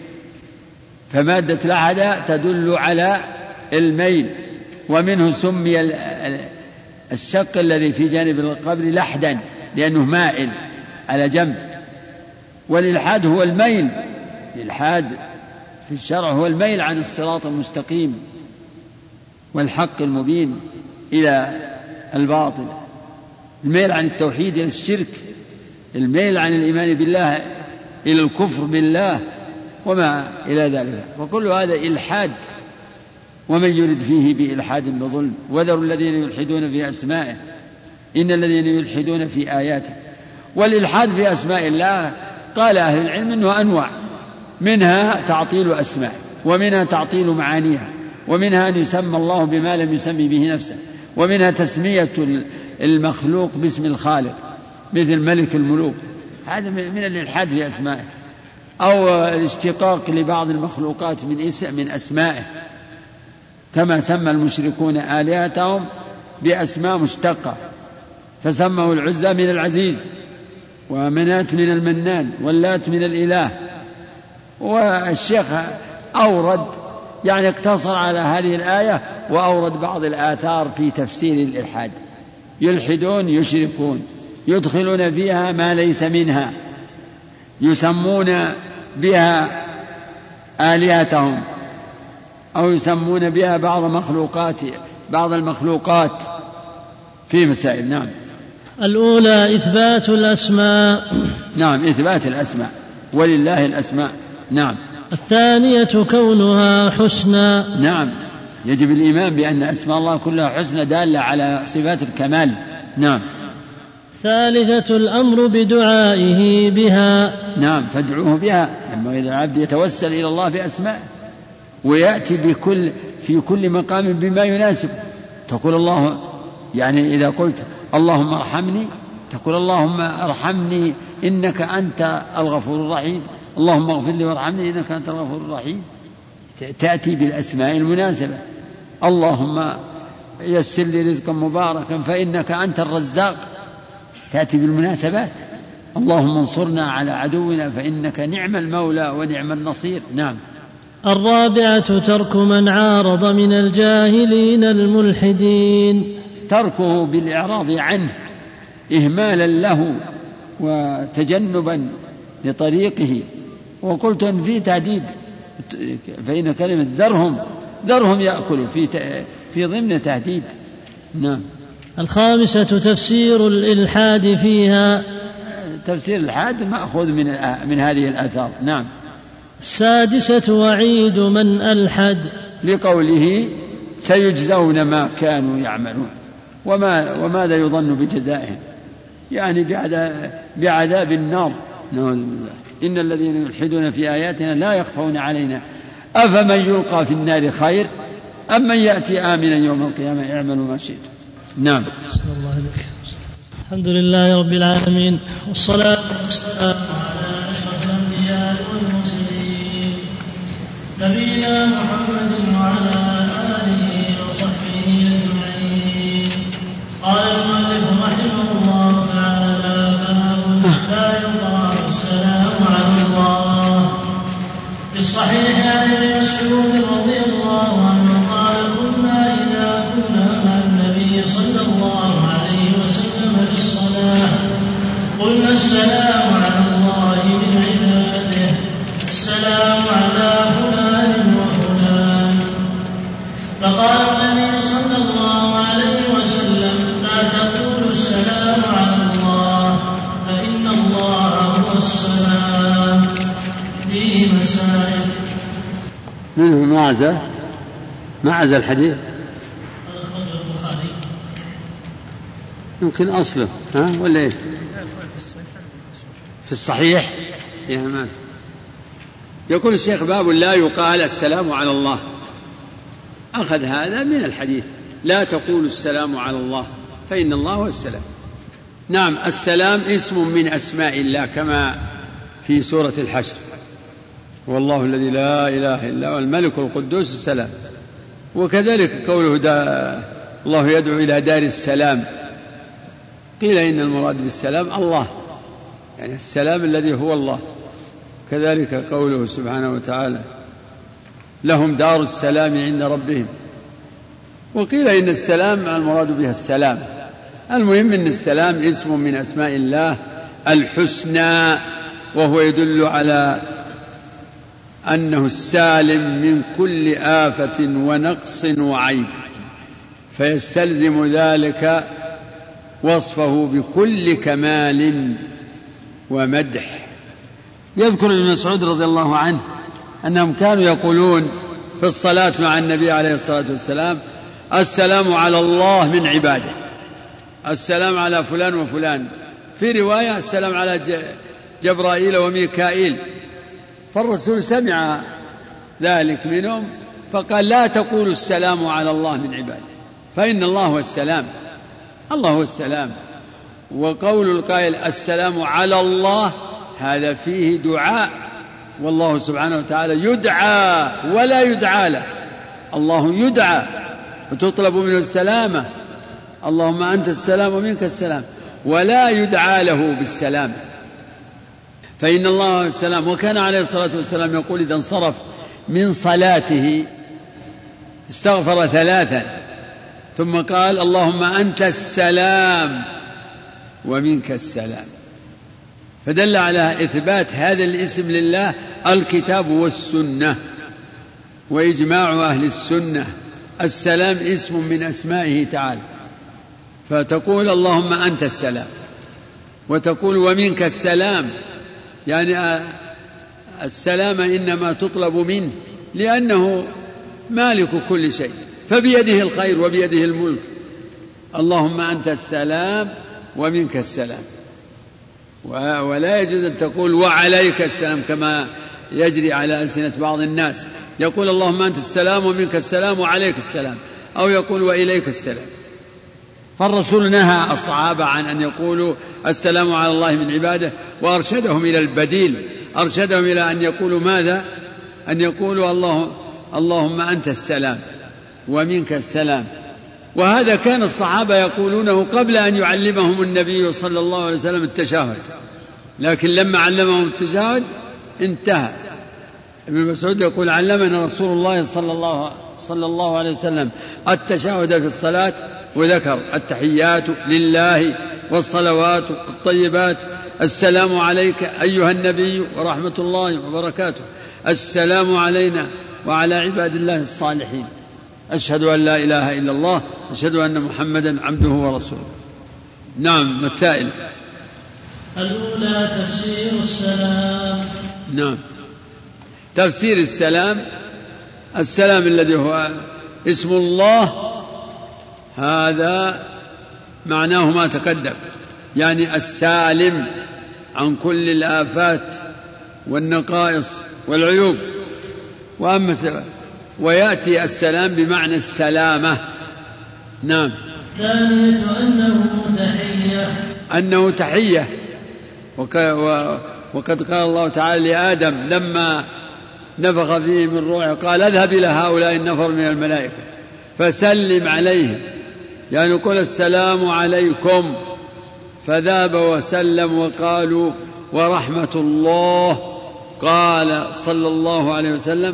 [SPEAKER 3] فمادة لحد تدل على الميل، ومنه سمي الشق الذي في جانب القبر لحدا لأنه مائل على جنب. والإلحاد هو الميل، الإلحاد في الشرع هو الميل عن الصراط المستقيم والحق المبين إلى الباطل، الميل عن التوحيد إلى الشرك، الميل عن الإيمان بالله إلى الكفر بالله وما إلى ذلك. وكل هذا إلحاد، ومن يرد فيه بإلحاد بظلم. وذروا الذين يلحدون في أسمائه إن الذين يلحدون في آياته. والإلحاد في أسماء الله قال أهل العلم أنه أنواع، منها تعطيل أسماء، ومنها تعطيل معانيها، ومنها أن يسمى الله بما لم يسمي به نفسه، ومنها تسمية المخلوق باسم الخالق مثل ملك الملوك، هذا من الإلحاد في أسمائه. أو الاشتقاق لبعض المخلوقات من اسم من أسمائه، كما سمى المشركون آلهتهم بأسماء مشتقة، فسموا العزى من العزيز، ومنات من المنان، واللات من الإله. والشيخ أورد يعني اقتصر على هذه الآية، وأورد بعض الآثار في تفسير الإلحاد. يلحدون يشركون، يدخلون فيها ما ليس منها، يسمون بها آلهتهم، أو يسمون بها بعض مخلوقات بعض المخلوقات في مسائل. نعم.
[SPEAKER 2] الأولى إثبات الأسماء.
[SPEAKER 3] نعم، إثبات الأسماء، ولله الأسماء. نعم.
[SPEAKER 2] الثانية كونها حسنى.
[SPEAKER 3] نعم، يجب الإيمان بأن أسماء الله كلها حسنى دالة على صفات الكمال. نعم.
[SPEAKER 2] ثالثة الأمر بدعائه بها.
[SPEAKER 3] نعم، فادعوه بها. ينبغي العبد يتوسل إلى الله بأسماء، ويأتي بكل في كل مقام بما يناسب. تقول الله، يعني إذا قلت اللهم ارحمني، تقول اللهم ارحمني إنك أنت الغفور الرحيم، اللهم اغفر لي وارحمني إنك أنت الغفور الرحيم. تأتي بالأسماء المناسبة. اللهم يسر لي رزقا مباركا فإنك أنت الرزاق، تأتي بالمناسبات. اللهم انصرنا على عدونا فإنك نعم المولى ونعم النصير. نعم.
[SPEAKER 2] الرابعة ترك من عارض من الجاهلين الملحدين.
[SPEAKER 3] تركه بالإعراض عنه إهمالا له وتجنبا لطريقه. وقلت أن في تعديد، فإن كلمة ذرهم ذرهم يأكلوا في في ضمن تهديد. نعم.
[SPEAKER 2] الخامسة تفسير الإلحاد فيها.
[SPEAKER 3] تفسير الإلحاد مأخوذ من من هذه الآثار. نعم.
[SPEAKER 2] السادسة وعيد من ألحد،
[SPEAKER 3] لقوله سيجزون ما كانوا يعملون. وما وماذا يظن بجزائهم؟ يعني بعذاب, بعذاب النار. نعوذ بالله. إن الذين يلحدون في آياتنا لا يخفون علينا أفمن يلقى في النار خير أم من يأتي آمنا يوم القيامة اعملوا ما شئتم. نعم.
[SPEAKER 2] الله عليك. الحمد لله رب العالمين، والصلاة والسلام على أشرف الأنبياء والمرسلين نبينا محمد وعلى آله وصحبه أجمعين. قال المؤلف رحمه الله تعالى: باب لا يقال السلام على الله. في الصحيح عن ابن مسعود رضي الله عنه قال: كنا إذا كنا مع النبي صلى الله عليه وسلم في الصلاة قلنا السلام على الله من عباده، السلام على فلان وفلان. فقال النبي صلى الله عليه وسلم: لا تقولوا السلام على الله فإن الله هو السلام. فيه مسائل.
[SPEAKER 3] منه معزة معزة الحديث
[SPEAKER 2] أخرجه البخاري.
[SPEAKER 3] يمكن أصله ها ولا إيه؟ في الصحيح. يا ما يقول الشيخ: باب لا يقال السلام على الله. أخذ هذا من الحديث: لا تقول السلام على الله فإن الله هو السلام. نعم، السلام اسم من أسماء الله كما في سورة الحشر: والله الذي لا إله إلا هو الملك القدوس السلام. وكذلك قوله دا الله يدعو إلى دار السلام، قيل إن المراد بالسلام الله، يعني السلام الذي هو الله. كذلك قوله سبحانه وتعالى: لهم دار السلام عند ربهم. وقيل إن السلام المراد بها السلام. المهم أن السلام اسم من أسماء الله الحسنى، وهو يدل على أنه السالم من كل آفة ونقص وعيب، فيستلزم ذلك وصفه بكل كمال ومدح. يذكر ابن مسعود رضي الله عنه أنهم كانوا يقولون في الصلاة مع النبي عليه الصلاة والسلام: السلام على الله من عباده، السلام على فلان وفلان. في رواية: السلام على جبرائيل وميكائيل. فالرسول سمع ذلك منهم فقال: لا تقولوا السلام على الله من عباده فإن الله هو السلام، الله هو السلام. وقول القائل السلام على الله هذا فيه دعاء والله سبحانه وتعالى يدعى ولا يدعى له. الله يدعى وتطلب منه السلامة، اللهم أنت السلام ومنك السلام، ولا يدعى له بالسلام، فإن الله السلام. وكان عليه الصلاة والسلام يقول إذا انصرف من صلاته استغفر ثلاثا ثم قال اللهم أنت السلام ومنك السلام، فدل على إثبات هذا الاسم لله الكتاب والسنة وإجماع أهل السنة. السلام اسم من أسمائه تعالى، فتقول اللهم أنت السلام، وتقول ومنك السلام، يعني السلام إنما تطلب منه لأنه مالك كل شيء، فبيده الخير وبيده الملك. اللهم أنت السلام ومنك السلام، ولا يجوز أن تقول وعليك السلام كما يجري على ألسنة بعض الناس، يقول اللهم أنت السلام ومنك السلام وعليك السلام، أو يقول وإليك السلام. فالرسول نهى الصحابة عن أن يقولوا السلام على الله من عباده، وأرشدهم إلى البديل، أرشدهم إلى أن يقولوا ماذا؟ أن يقولوا الله اللهم أنت السلام ومنك السلام. وهذا كان الصحابة يقولونه قبل أن يعلمهم النبي صلى الله عليه وسلم التشهد، لكن لما علمهم التشهد انتهى. ابن مسعود يقول علمنا رسول الله صلى الله, صلى الله عليه وسلم التشهد في الصلاة، وذكر التحيات لله والصلوات الطيبات، السلام عليك أيها النبي ورحمة الله وبركاته، السلام علينا وعلى عباد الله الصالحين، أشهد أن لا إله إلا الله، أشهد أن محمدا عبده ورسوله. نعم. مسائل.
[SPEAKER 2] الأولى تفسير السلام.
[SPEAKER 3] نعم. تفسير السلام، السلام الذي هو اسم الله، هذا معناه ما تقدم، يعني السالم عن كل الآفات والنقائص والعيوب. وأما ويأتي السلام بمعنى السلامة. نعم.
[SPEAKER 2] ثانية أنه تحية،
[SPEAKER 3] أنه تحية، وقد قال الله تعالى لآدم لما نفخ فيه من روحه قال اذهب إلى هؤلاء النفر من الملائكة فسلم عليهم، يعني قل السلام عليكم، فذهب وسلم وقالوا ورحمة الله، قال صلى الله عليه وسلم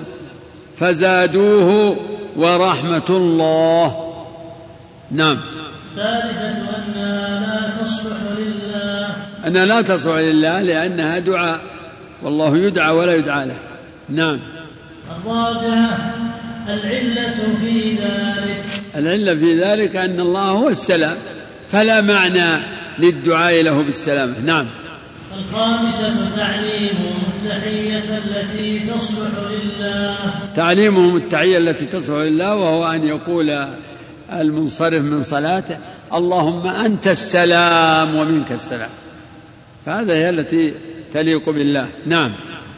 [SPEAKER 3] فزادوه ورحمة الله. نعم.
[SPEAKER 2] ثالثة أنها لا تصلح لله،
[SPEAKER 3] أنها لا تصلح لله لأنها دعاء، والله يدعى ولا يدعى له. نعم.
[SPEAKER 2] الرابعة العلة في ذلك،
[SPEAKER 3] العلة في ذلك أن الله هو السلام، فلا معنى للدعاء له بالسلامة. نعم.
[SPEAKER 2] الخامسة تعليمهم التحية التي تصلح لله،
[SPEAKER 3] تعليمهم التحية التي تصلح لله، وهو أن يقول المنصرف من صلاته اللهم أنت السلام ومنك السلام، فهذا هي التي تليق بالله. نعم.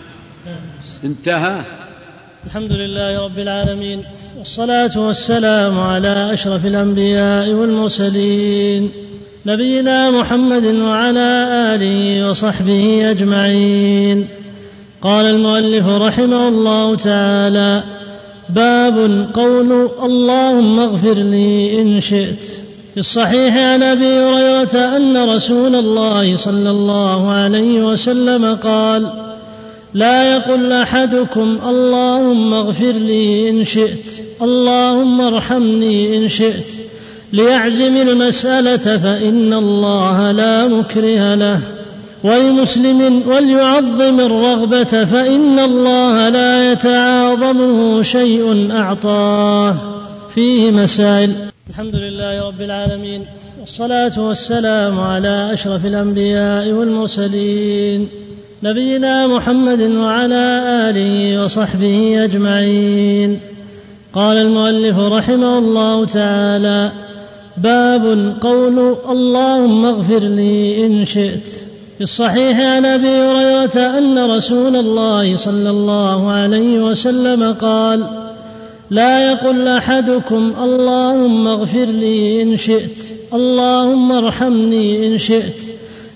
[SPEAKER 3] انتهى.
[SPEAKER 2] الحمد لله رب العالمين، والصلاة والسلام على أشرف الأنبياء والمرسلين نبينا محمد وعلى آله وصحبه أجمعين. قال المؤلف رحمه الله تعالى: باب قول اللهم اغفر لي إن شئت. في الصحيح عن أبي هريرة أن رسول الله صلى الله عليه وسلم قال: لا يقل أحدكم اللهم اغفر لي إن شئت، اللهم ارحمني إن شئت، ليعزم المسألة فإن الله لا مكره له. ولمسلم: وليعظم الرغبة فإن الله لا يتعاظمه شيء أعطاه. فيه مسائل. الحمد لله رب العالمين، والصلاة والسلام على أشرف الأنبياء والمرسلين نبينا محمد وعلى آله وصحبه أجمعين. قال المؤلف رحمه الله تعالى: باب قول اللهم اغفر لي إن شئت. في الصحيح عن أبي هريرة أن رسول الله صلى الله عليه وسلم قال: لا يقل أحدكم اللهم اغفر لي إن شئت، اللهم ارحمني إن شئت،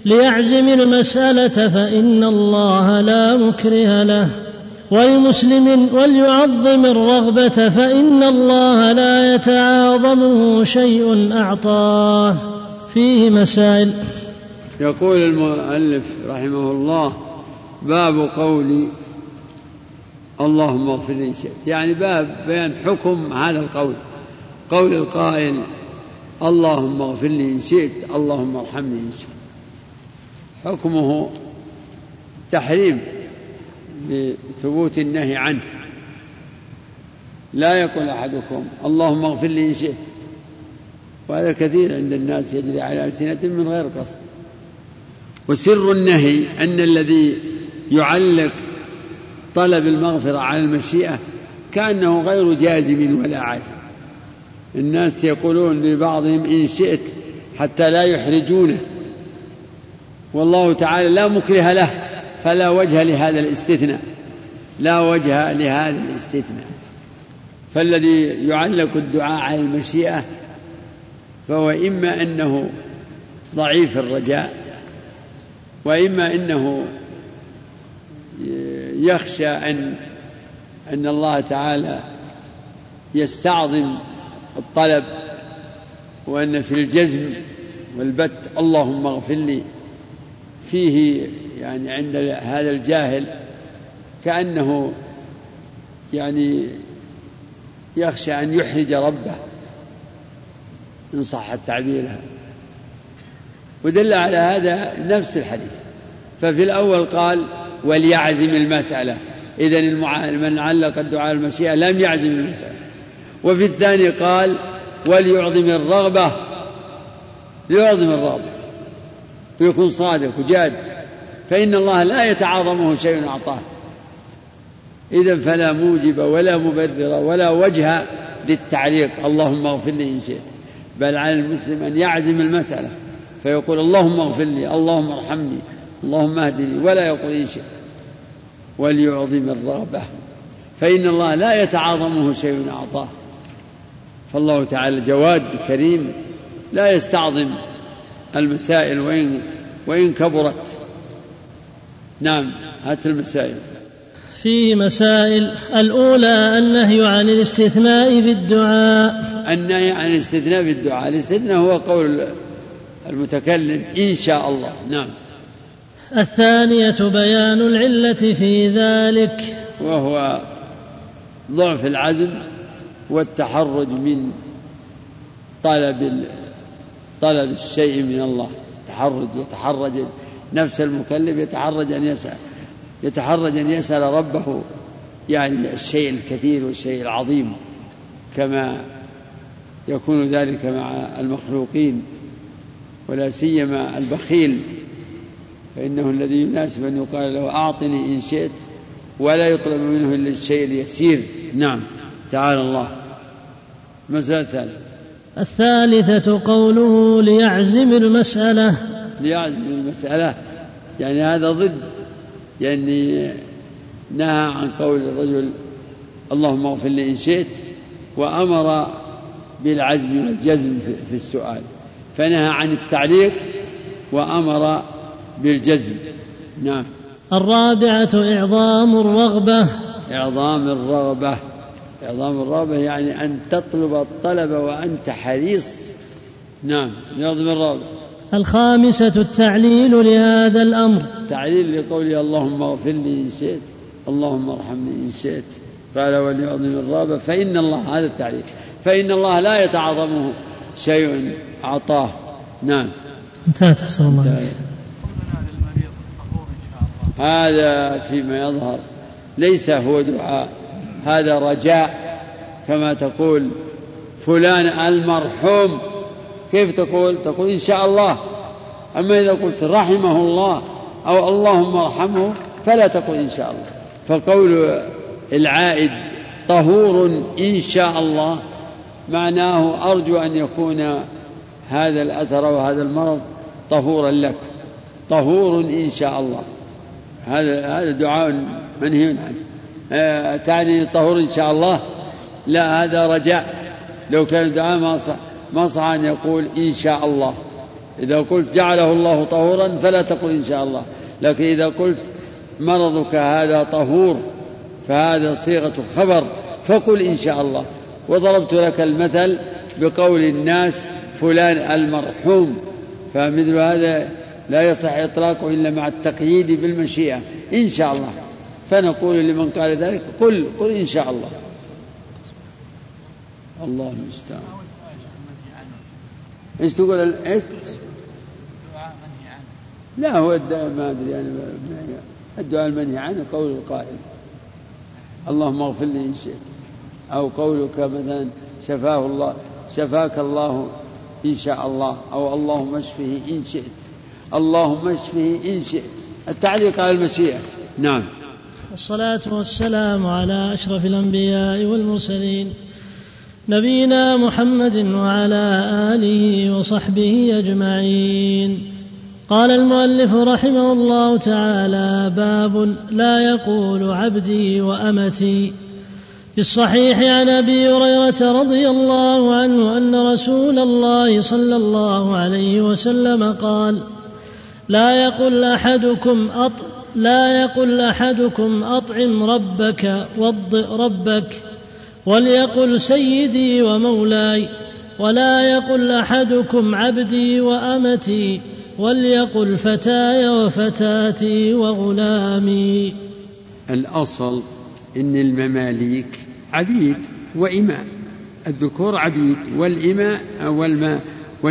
[SPEAKER 2] ليعزم المسألة فإن الله لا مكره له. ولمسلم وليعظم الرغبة فإن الله لا يتعاظمه شيء أعطاه. فيه مسائل.
[SPEAKER 3] يقول المؤلف رحمه الله: باب قول اللهم اغفر لي إن شئت، يعني باب بيان حكم هذا القول، قول القائل اللهم اغفر لي إن شئت اللهم ارحمني إن شئت، حكمه تحريم بثبوت النهي عنه. لا يقول أحدكم اللهم اغفر لي إن شئت، وهذا كثير عند الناس يجري على ألسنتهم من غير قصد. وسر النهي أن الذي يعلق طلب المغفرة على المشيئة كأنه غير جازم ولا عازم. الناس يقولون لبعضهم إن شئت حتى لا يحرجونه، والله تعالى لا مكره له، فلا وجه لهذا الاستثناء، لا وجه لهذا الاستثناء. فالذي يعلق الدعاء على المشيئة فهو إما أنه ضعيف الرجاء، وإما أنه يخشى أن أن الله تعالى يستعظم الطلب، وأن في الجزم والبت اللهم اغفر لي فيه يعني عند هذا الجاهل كأنه يعني يخشى أن يحرج ربه إن صح التعبير، ودل على هذا نفس الحديث. ففي الأول قال وليعزم المسألة، إذن من علق الدعاء المشيئة لم يعزم المسألة. وفي الثاني قال وليعظم الرغبة، ليعظم الرغبة ويكون صادق وجاد، فإن الله لا يتعاظمه شيء أعطاه. إذن فلا موجب ولا مبرر ولا وجه للتعليق اللهم اغفر لي إن شئت، بل على المسلم أن يعزم المسألة فيقول اللهم اغفر لي اللهم ارحمني اللهم اهدني، ولا يقول إن شئت. وليعظم الرغبة فإن الله لا يتعاظمه شيء أعطاه. فالله تعالى جواد كريم لا يستعظم المسائل وإن, وإن كبرت. نعم، هات المسائل.
[SPEAKER 2] فيه مسائل. الأولى النهي عن الاستثناء بالدعاء.
[SPEAKER 3] النهي عن الاستثناء بالدعاء، الاستثناء هو قول المتكلم إن شاء الله. نعم.
[SPEAKER 2] الثانية بيان العلة في ذلك،
[SPEAKER 3] وهو ضعف العزم والتحرج من طلب طلب الشيء من الله. تحرج، يتحرج نفس المكلف يتحرج أن يسأل يتحرج أن يسأل ربه يعني الشيء الكثير والشيء العظيم، كما يكون ذلك مع المخلوقين، ولا سيما البخيل، فإنه الذي يناسب أن يقال له أعطني إن شئت، ولا يطلب منه إلا الشيء اليسير. نعم، تعالى الله. مسألة ثالثة.
[SPEAKER 2] الثالثة قوله ليعزم المسألة.
[SPEAKER 3] ليعزم المسألة يعني هذا ضد، يعني نهى عن قول الرجل اللهم اغفر لي إن شئت، وأمر بالعزم والجزم في السؤال، فنهى عن التعليق وأمر بالجزم. نعم.
[SPEAKER 2] الرابعة إعظام الرغبة.
[SPEAKER 3] إعظام الرغبة إعظام الرغبة يعني أن تطلب الطلب وأنت حريص. نعم، إعظام الرغبة.
[SPEAKER 2] الخامسة التعليل لهذا الأمر،
[SPEAKER 3] تعليل لقوله اللهم اغفر لي إن شئت اللهم ارحمني إن شئت، قال وليعظم الرغبة فإن الله، هذا التعليل، فإن الله لا يتعاظمه شيء أعطاه. نعم،
[SPEAKER 2] انتهت. أحسن الله عليك.
[SPEAKER 3] هذا فيما يظهر ليس هو دعاء، هذا رجاء، كما تقول فلان المرحوم، كيف تقول؟ تقول إن شاء الله. أما إذا قلت رحمه الله أو اللهم ارحمه فلا تقول إن شاء الله. فقول العائد طهور إن شاء الله معناه أرجو أن يكون هذا الأثر وهذا المرض طهورا لك، طهور إن شاء الله. هذا هذا دعاء منهي عنه. آه تعني طهور إن شاء الله؟ لا، هذا رجاء. لو كان الدعاء ما صح ما صح أن يقول إن شاء الله،
[SPEAKER 1] إذا قلت جعله الله طهورا فلا تقل إن شاء الله، لكن إذا قلت مرضك هذا طهور فهذا صيغة خبر فقل إن شاء الله. وضربت لك المثل بقول الناس فلان المرحوم، فمثل هذا لا يصح إطلاقه إلا مع التقييد بالمشيئة إن شاء الله، فنقول لمن قال ذلك قل قل إن شاء الله. الله المستعان. ايش تقول؟ ايش؟ لا هو ما ادري يعني الدعاء المنهي عنه قول القائل اللهم اغفر لي ان شئت، او قولك مثلا شفاه الله شفاك الله ان شاء الله، او اللهم اشفه ان شئت، اللهم اشفه ان شئت، التعليق على المشيئة. نعم.
[SPEAKER 2] والصلاة والسلام على أشرف الأنبياء والمرسلين نبينا محمد وعلى آله وصحبه أجمعين. قال المؤلف رحمه الله تعالى: باب لا يقول عبدي وأمتي. في الصحيح عن أبي هريرة رضي الله عنه أن رسول الله صلى الله عليه وسلم قال: لا يقل أحدكم أط لا يقل أحدكم أطعم ربك وضئ ربك، وليقل سيدي ومولاي، ولا يقل أحدكم عبدي وأمتي، وليقل فتاي وفتاتي وغلامي.
[SPEAKER 3] الأصل إن المماليك عبيد وإماء، الذكور عبيد والإماء والماء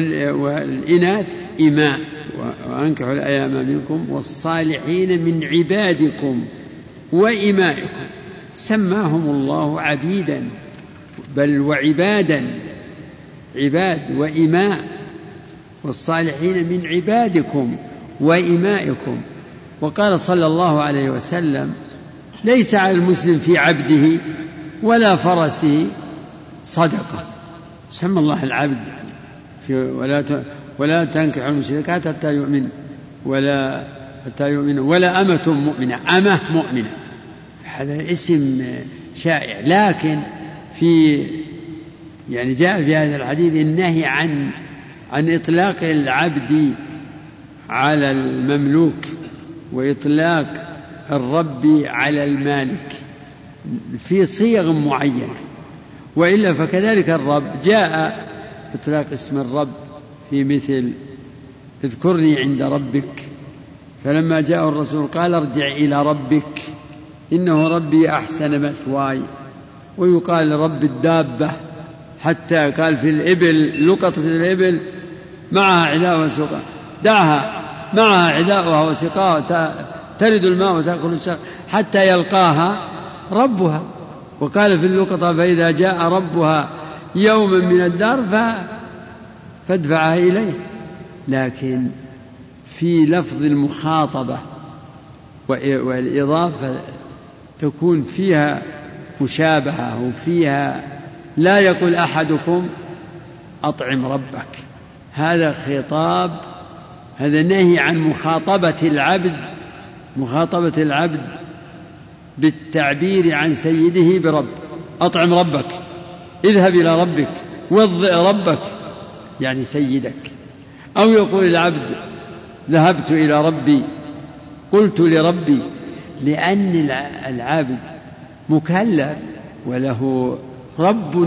[SPEAKER 3] والإناث إماء. وأنكحوا الأيام منكم والصالحين من عبادكم وإمائكم، سماهم الله عبيدا بل وعبادا، عباد وإماء، والصالحين من عبادكم وإمائكم. وقال صلى الله عليه وسلم: ليس على المسلم في عبده ولا فرسه صدقة. سمى الله العبد في ولا ولا تنكحوا المشركات حتى يؤمن ولا حتى يؤمن ولا أمة مؤمنة، أمة مؤمنة، هذا اسم شائع. لكن في يعني جاء في هذا الحديث النهي عن عن إطلاق العبد على المملوك وإطلاق الرب على المالك في صيغ معينة، وإلا فكذلك الرب جاء إطلاق اسم الرب في مثل اذكرني عند ربك، فلما جاء الرسول قال ارجع إلى ربك إنه ربي أحسن مثواي. ويقال رب الدابة، حتى قال في الإبل لقطة الإبل معها علاء وسقاء، دعها معها علاءها وسقاء ترد الماء وتأكل الشر حتى يلقاها ربها. وقال في اللقطة فإذا جاء ربها يوما من الدار فادفعها إليه. لكن في لفظ المخاطبة والإضافة تكون فيها مشابهة وفيها لا يقول أحدكم أطعم ربك، هذا خطاب، هذا نهي عن مخاطبة العبد مخاطبة العبد بالتعبير عن سيده برب. أطعم ربك، اذهب إلى ربك، وضئ ربك، يعني سيدك. أو يقول العبد ذهبت إلى ربي، قلت لربي، لأن العبد مكلف وله رب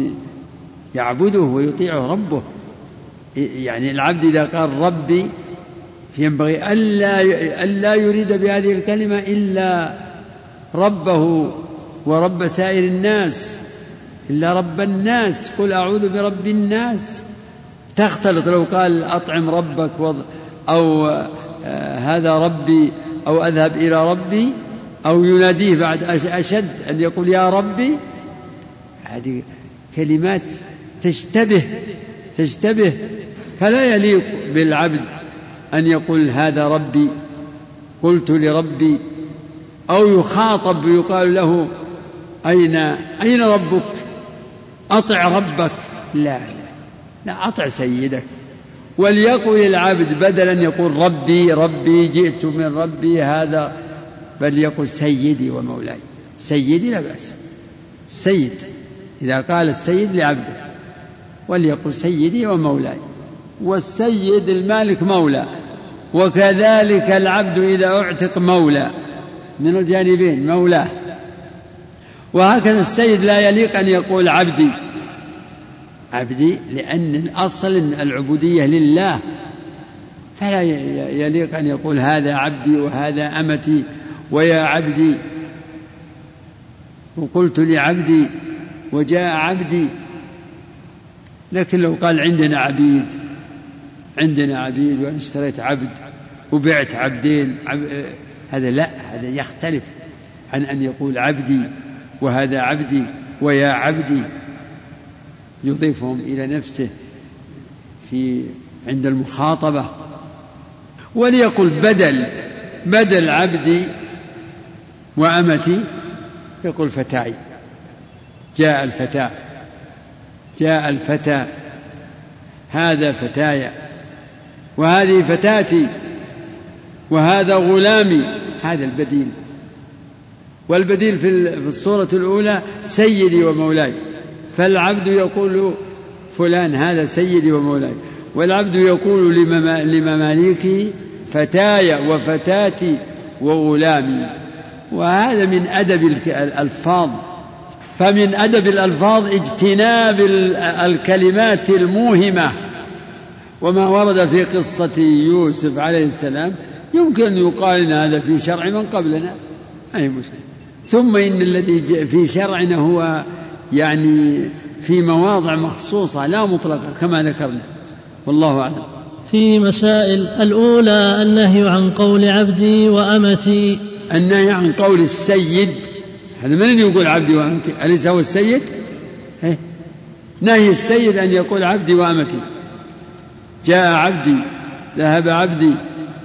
[SPEAKER 3] يعبده ويطيعه ربه. يعني العبد إذا قال ربي ينبغي ألا ألا يريد بهذه الكلمة إلا ربه ورب سائر الناس، إلا رب الناس، قل أعوذ برب الناس. تختلط لو قال أطعم ربك أو آه هذا ربي أو أذهب إلى ربي أو يناديه بعد أشد أن يقول يا ربي. هذه كلمات تشتبه تشتبه فلا يليق بالعبد أن يقول هذا ربي، قلت لربي، أو يخاطب يقال له أين أين ربك، أطع ربك. لا لا أطع سيدك. وليقل العبد بدلا يقول ربي ربي جئت من ربي هذا، بل يقول سيدي ومولاي. سيدي لا بأس، السيد إذا قال السيد لعبده، وليقل سيدي ومولاي. والسيد المالك مولى، وكذلك العبد إذا أعتق مولى من الجانبين مولاه. وهكذا السيد لا يليق أن يقول عبدي عبدي، لأن الأصل أن العبودية لله، فلا يليق أن يقول هذا عبدي وهذا أمتي ويا عبدي وقلت لعبدي وجاء عبدي. لكن لو قال عندنا عبيد عندنا عبيد وأنا اشتريت عبد وبعت عبدين عب... هذا لا، هذا يختلف عن أن يقول عبدي وهذا عبدي ويا عبدي، يضيفهم إلى نفسه في عند المخاطبة. وليقل بدل بدل عبدي وأمتي، يقول فتاي، جاء الفتاة جاء الفتى، هذا فتايا وهذه فتاتي وهذا غلامي، هذا البديل. والبديل في الصورة الأولى سيدي ومولاي، فالعبد يقول فلان هذا سيدي ومولاي، والعبد يقول لمماليكه فتايا وفتاتي وغلامي. وهذا من أدب الألفاظ. فمن أدب الألفاظ اجتناب الكلمات الموهمة. وما ورد في قصة يوسف عليه السلام يمكن أن يقال إن هذا في شرع من قبلنا، أي مشكلة. ثم إن الذي في شرعنا هو يعني في مواضع مخصوصة لا مطلقة كما ذكرنا، والله أعلم.
[SPEAKER 2] في مسائل الأولى النهي عن قول عبدي وأمتي.
[SPEAKER 3] النهي عن قول السيد، هذا من يقول عبدي وأمتي؟ أليس هو السيد؟ إيه؟ نهي السيد أن يقول عبدي وأمتي. جاء عبدي، ذهب عبدي،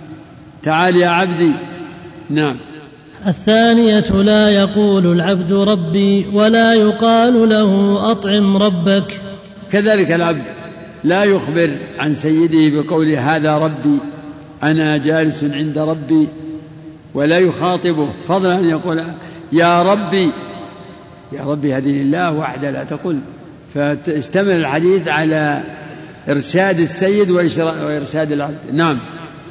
[SPEAKER 3] تعال يا عبدي. نعم.
[SPEAKER 2] الثانية لا يقول العبد ربي ولا يقال له أطعم ربك.
[SPEAKER 3] كذلك العبد لا يخبر عن سيده بقول هذا ربي أنا جالس عند ربي، ولا يخاطبه فضلا أن يقول يا ربي. يا ربي هذه لله وحده لا تقل. فاشتمل الحديث على إرشاد السيد وإرشاد العبد. نعم.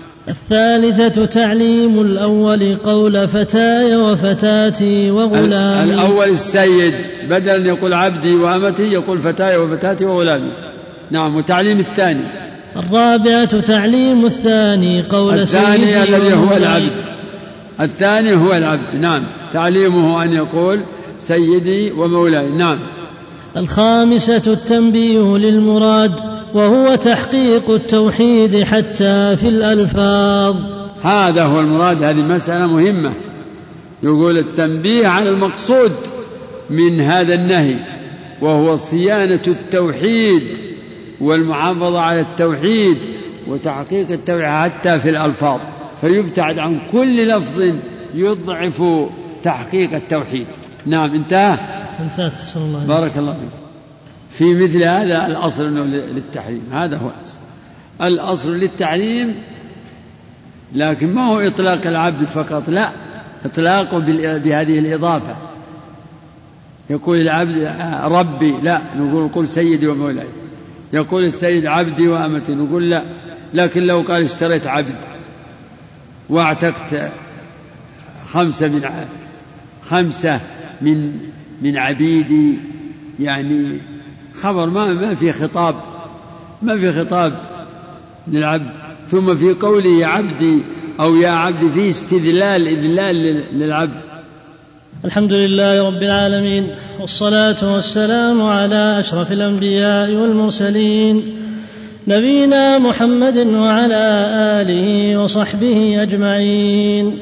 [SPEAKER 2] الثالثة تعليم الأول قول فتاي وفتاتي وغلامي.
[SPEAKER 3] الأول السيد بدل أن يقول عبدي وأمتي يقول فتاي وفتاتي وغلامي. نعم. وتعليم الثاني.
[SPEAKER 2] الرابعة تعليم الثاني قول
[SPEAKER 3] الثاني الذي هو العبد. الثاني هو العبد. نعم. تعليمه أن يقول سيدي ومولاي. نعم.
[SPEAKER 2] الخامسة التنبيه للمراد وهو تحقيق التوحيد حتى في الألفاظ.
[SPEAKER 3] هذا هو المراد. هذه مسألة مهمة. يقول التنبيه على المقصود من هذا النهي، وهو صيانة التوحيد والمحافظة على التوحيد وتحقيق التوحيد حتى في الألفاظ، فيبتعد عن كل لفظ يضعف تحقيق التوحيد. نعم. انتهى.
[SPEAKER 2] انتهت. حسن الله.
[SPEAKER 3] بارك الله فيك. في مثل هذا الأصل للتحريم. هذا هو الأصل. الأصل للتحريم، لكن ما هو إطلاق العبد فقط، لا، إطلاقه بهذه الإضافة. يقول العبد ربي، لا، نقول قل سيدي ومولاي. يقول السيد عبدي وأمتي، نقول لا. لكن لو قال اشتريت عبد واعتقت خمسة من خمسة من من عبيدي، يعني خبر ما ما في خطاب ما في خطاب للعبد. ثم في قوله عبدي أو يا عبدي في استذلال إذلال للعبد.
[SPEAKER 2] الحمد لله رب العالمين، والصلاة والسلام على أشرف الأنبياء والمرسلين نبينا محمد وعلى آله وصحبه أجمعين.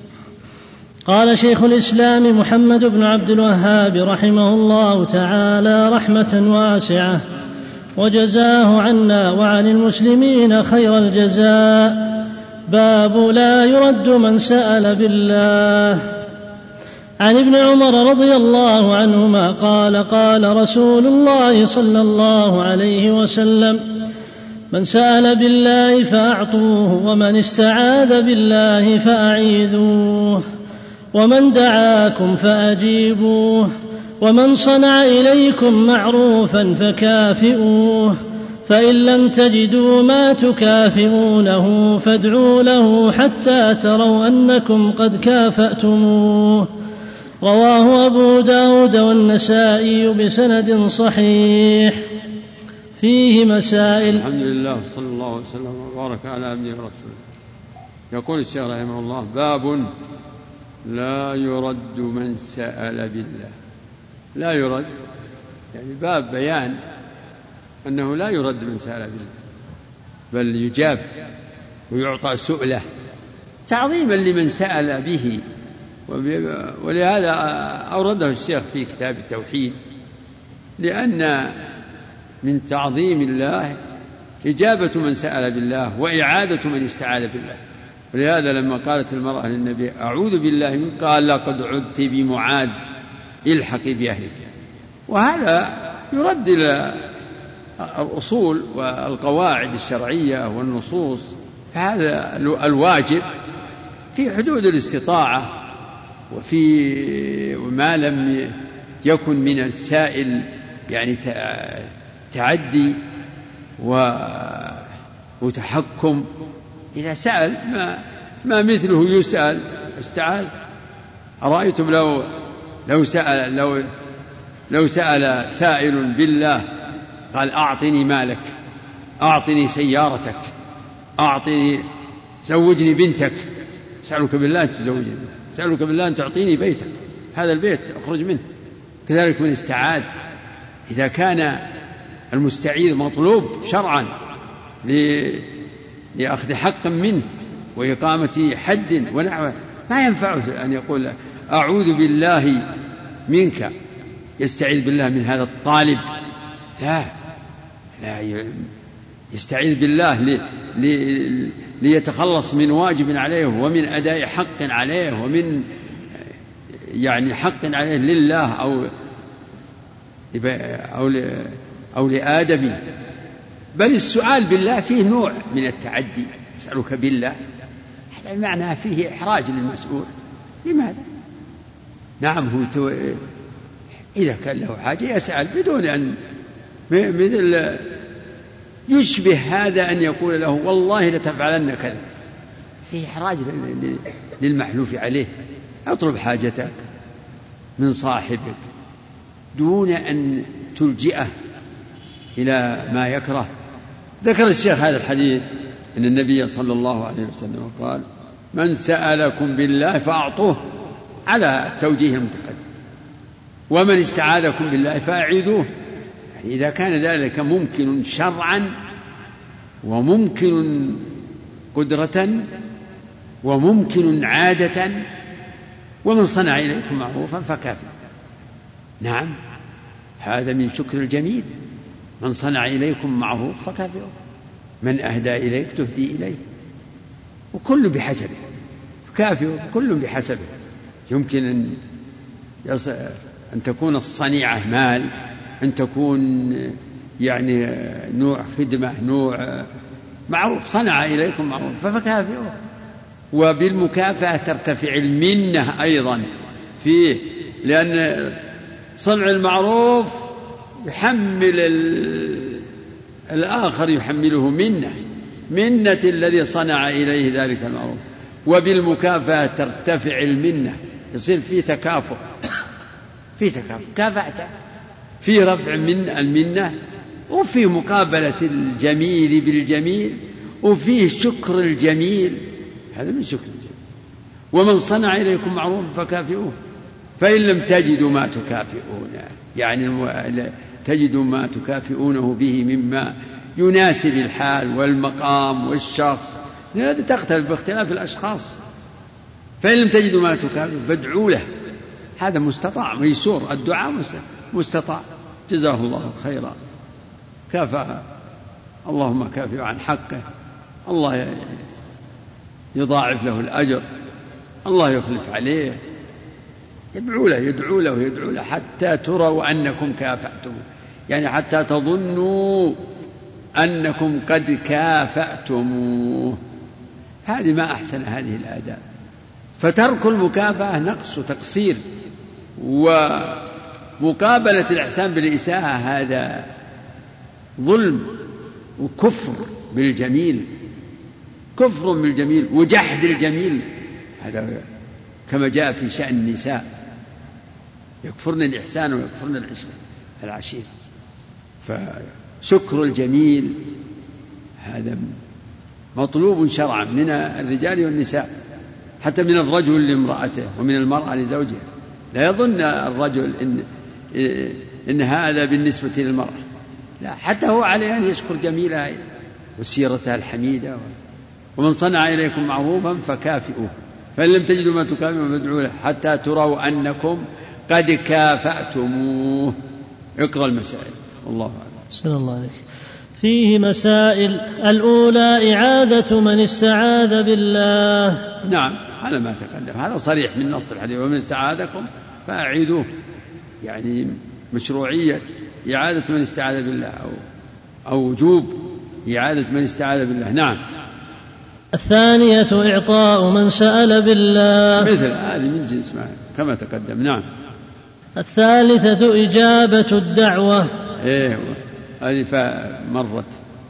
[SPEAKER 2] قال شيخ الإسلام محمد بن عبد الوهاب رحمه الله تعالى رحمة واسعة، وجزاه عنا وعن المسلمين خير الجزاء. باب لا يرد من سأل بالله. عن ابن عمر رضي الله عنهما قال قال رسول الله صلى الله عليه وسلم: من سأل بالله فأعطوه، ومن استعاذ بالله فأعيذوه، ومن دعاكم فأجيبوه، ومن صنع إليكم معروفا فكافئوه، فإن لم تجدوا ما تكافئونه فادعوا له حتى تروا أنكم قد كافأتموه. رواه أبو داود والنسائي بسند صحيح. فيه مسائل.
[SPEAKER 3] الحمد لله صلى الله عليه وسلم وبارك على عبده ورسوله. يقول الشيخ رحمه الله: باب لا يرد من سأل بالله. لا يرد يعني باب بيان أنه لا يرد من سأل بالله، بل يجاب ويعطى سؤله تعظيما لمن سأل به. ولهذا أورده الشيخ في كتاب التوحيد، لأن من تعظيم الله إجابة من سأل بالله وإعادة من استعاذ بالله. ولهذا لما قالت المرأة للنبي: أعوذ بالله منك، قال: لقد عدت بمعاذ، الحقي بأهلك. وهذا يرد إلى الأصول والقواعد الشرعية والنصوص، فهذا الواجب في حدود الاستطاعة، وفي وما لم يكن من السائل يعني تعدي وتحكم. إذا سأل ما, ما مثله يسأل استعاذ. أرأيتم لو لو سأل لو لو سأل سائل بالله قال: أعطني مالك، أعطني سيارتك، أعطني زوجني بنتك. سألك بالله أن تزوجني، سألك بالله أن تعطيني بيتك، هذا البيت أخرج منه. كذلك من استعاذ، إذا كان المستعيذ مطلوب شرعا لأخذ حق منه وإقامة حد ونحوه، ما ينفعه أن يقول: أعوذ بالله منك، يستعيذ بالله من هذا الطالب. لا لا يستعيذ بالله لي لي ليتخلص من واجب عليه ومن أداء حق عليه ومن يعني حق عليه لله أو أو أو لآدم. بل السؤال بالله فيه نوع من التعدي. أسألك بالله، هذا المعنى فيه إحراج للمسؤول. لماذا؟ نعم، هو إذا كان له حاجة يسأل بدون أن مثل يشبه هذا أن يقول له: والله لتفعلن كذا. فيه إحراج للمحلوف عليه. اطلب حاجتك من صاحبك دون أن تلجئه إلى ما يكره. ذكر الشيخ هذا الحديث أن النبي صلى الله عليه وسلم قال: من سألكم بالله فأعطوه، على التوجيه المتقدم، ومن استعاذكم بالله فأعيذوه. يعني إذا كان ذلك ممكن شرعا وممكن قدرة وممكن عادة، ومن صنع إليكم معروفا فكافئ. نعم، هذا من شكر الجميل. من صنع إليكم معروف فكافئه، من أهدى إليك تهدي إليه، وكل بحسبه. كافئه كل بحسبه. يمكن أن, يص... أن تكون الصنيعة مال، أن تكون يعني نوع خدمة، نوع معروف. صنع إليكم معروف فكافئه. وبالمكافأة ترتفع المنة أيضا فيه، لأن صنع المعروف يحمل الآخر، يحمله منة منة الذي صنع إليه ذلك المعروف. وبالمكافأة ترتفع المنة، يصير في تكافؤ، في تكافؤ، كافأته في رفع من المنة، وفي مقابلة الجميل بالجميل، وفيه شكر الجميل. هذا من شكر الجميل. ومن صنع إليكم معروف فكافئوه، فإن لم تجدوا ما تكافئونه، يعني تجدوا ما تكافئونه به مما يناسب الحال والمقام والشخص، لهذا تختلف باختلاف الأشخاص. فإن لم تجدوا ما تكافئوا فادعوا له، هذا مستطاع ميسور، الدعاء مستطاع. جزاه الله خيرا، كافأ، اللهم كافئ عن حقه، الله يضاعف له الأجر، الله يخلف عليه. يدعو له يدعو له يدعو له حتى تروا أنكم كافأتم، يعني حتى تظنوا أنكم قد كافأتموه. هذه ما أحسن هذه الآداب. فترك المكافأة نقص وتقصير، ومقابلة الإحسان بالإساءة هذا ظلم وكفر بالجميل، كفر بالجميل وجحد الجميل. هذا كما جاء في شأن النساء، يكفرن الإحسان ويكفرن العشير. فشكر الجميل هذا مطلوب شرعا من الرجال والنساء، حتى من الرجل لامرأته ومن المرأة لزوجها. لا يظن الرجل إن, إن هذا بالنسبة للمرأة، لا، حتى هو عليه أن يشكر جميلها وسيرتها الحميدة. ومن صنع إليكم معروفا فكافئوه، فإن لم تجدوا ما تكافئون فادعوا له حتى تروا أنكم قد كافأتموه. اقرأ المسائل. الله أعلم.
[SPEAKER 2] صلى الله عليه. فيه مسائل. الأولى إعادة من استعاذ بالله.
[SPEAKER 3] نعم، على ما تقدم، هذا صريح من نص الحديث: ومن استعاذكم فأعيذوه، يعني مشروعية إعادة من استعاذ بالله أو, أو وجوب إعادة من استعاذ بالله. نعم.
[SPEAKER 2] الثانية إعطاء من سأل بالله،
[SPEAKER 3] مثل هذه من جنس ما كما تقدم. نعم.
[SPEAKER 2] الثالثة إجابة الدعوة.
[SPEAKER 3] إيه، هذه فمرت: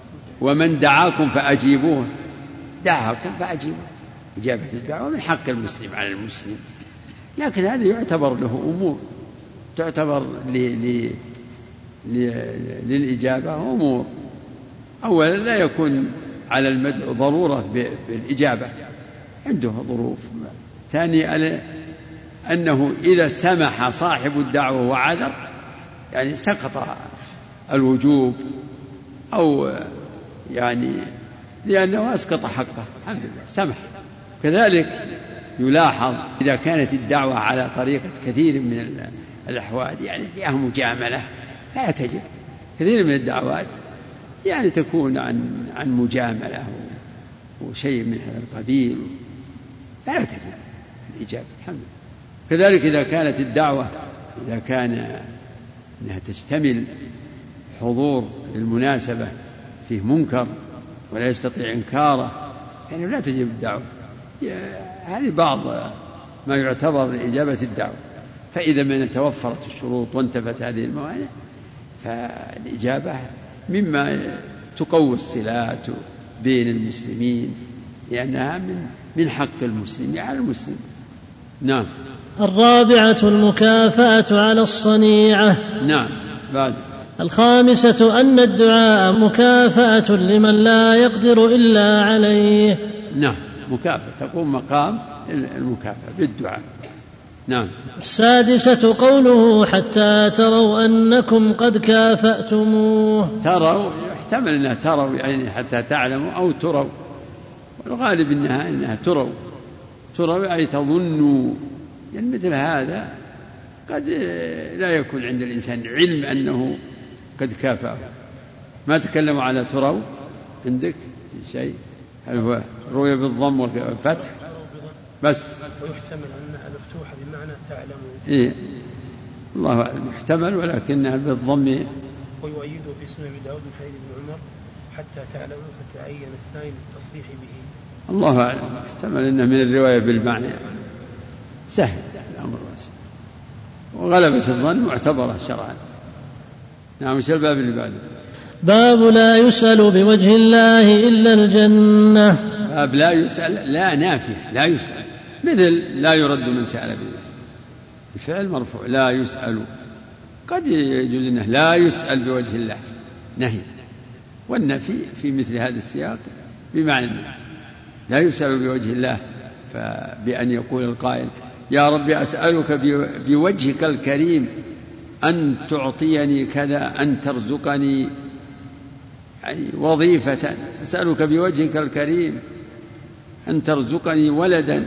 [SPEAKER 3] ومن دعاكم فأجيبوه. دعاكم فأجيبوه، إجابة الدعوة من حق المسلم على المسلم، لكن هذا يعتبر له أمور، تعتبر ل... ل... ل... للإجابة أمور. أولا لا يكون على المدعو ضرورة بالإجابة، عنده ظروف. ثانيا أنه إذا سمح صاحب الدعوة وعذر يعني سقط الوجوب، أو يعني لأنه أسقط حقه، الحمد لله سمح. كذلك يلاحظ إذا كانت الدعوة على طريقة كثير من الأحوال يعني فيها مجاملة فلا تجب. كثير من الدعوات يعني تكون عن عن مجاملة وشيء من هذا القبيل، فلا تجب الإجابة، الحمد لله. كذلك إذا كانت الدعوة إذا كان أنها تشتمل حضور للمناسبة فيه منكر ولا يستطيع إنكاره، يعني لا تجب الدعوة. هذه بعض ما يعتبر لإجابة الدعوة. فإذا من توفرت الشروط وانتفت هذه الموانع فالإجابة مما تقوي الصلات بين المسلمين، لأنها من من حق المسلم على المسلم. نعم.
[SPEAKER 2] الرابعة المكافأة على الصنيعة.
[SPEAKER 3] نعم. بعد.
[SPEAKER 2] الخامسة أن الدعاء مكافأة لمن لا يقدر إلا عليه.
[SPEAKER 3] نعم، مكافأة تقوم مقام المكافأة بالدعاء. نعم.
[SPEAKER 2] السادسة قوله حتى تروا أنكم قد كافأتموه.
[SPEAKER 3] تروا يحتمل أنها تروا يعني حتى تعلموا، أو تروا، والغالب إنها إنها تروا تروا أي تظنوا. يعني مثل هذا قد لا يكون عند الإنسان علم أنه قد كافأه. ما تكلموا على تروا عندك شيء؟ هل هو روي بالضم والفتح بس؟
[SPEAKER 5] ويحتمل أنها مفتوحة بمعنى تعلمون.
[SPEAKER 3] إيه، الله أعلم، محتمل، ولكنها بالضم.
[SPEAKER 5] ويؤيده في سنن أبي داود من حديث ابن عمر حتى تعلموا فتعين الثاني للتصريح به.
[SPEAKER 3] الله أعلم، محتمل أنه من الرواية بالمعنى، سهل الأمر واسع، وغلبة الظن معتبرة شرعا. نعم. وش الباب اللي بعده؟
[SPEAKER 2] باب لا يسأل بوجه الله إلا الجنة.
[SPEAKER 3] باب لا يسأل، لا نافية، لا يسأل، مثل لا يرد من سأل بالله، الفعل مرفوع. لا يسأل قد يجوز أنه لا يسأل بوجه الله نهي، والنفي في مثل هذا السياق بمعنى النهي. لا يسأل بوجه الله، فبأن يقول القائل يا رب أسألك بوجهك الكريم أن تعطيني كذا، أن ترزقني يعني وظيفة، أسألك بوجهك الكريم أن ترزقني ولدا،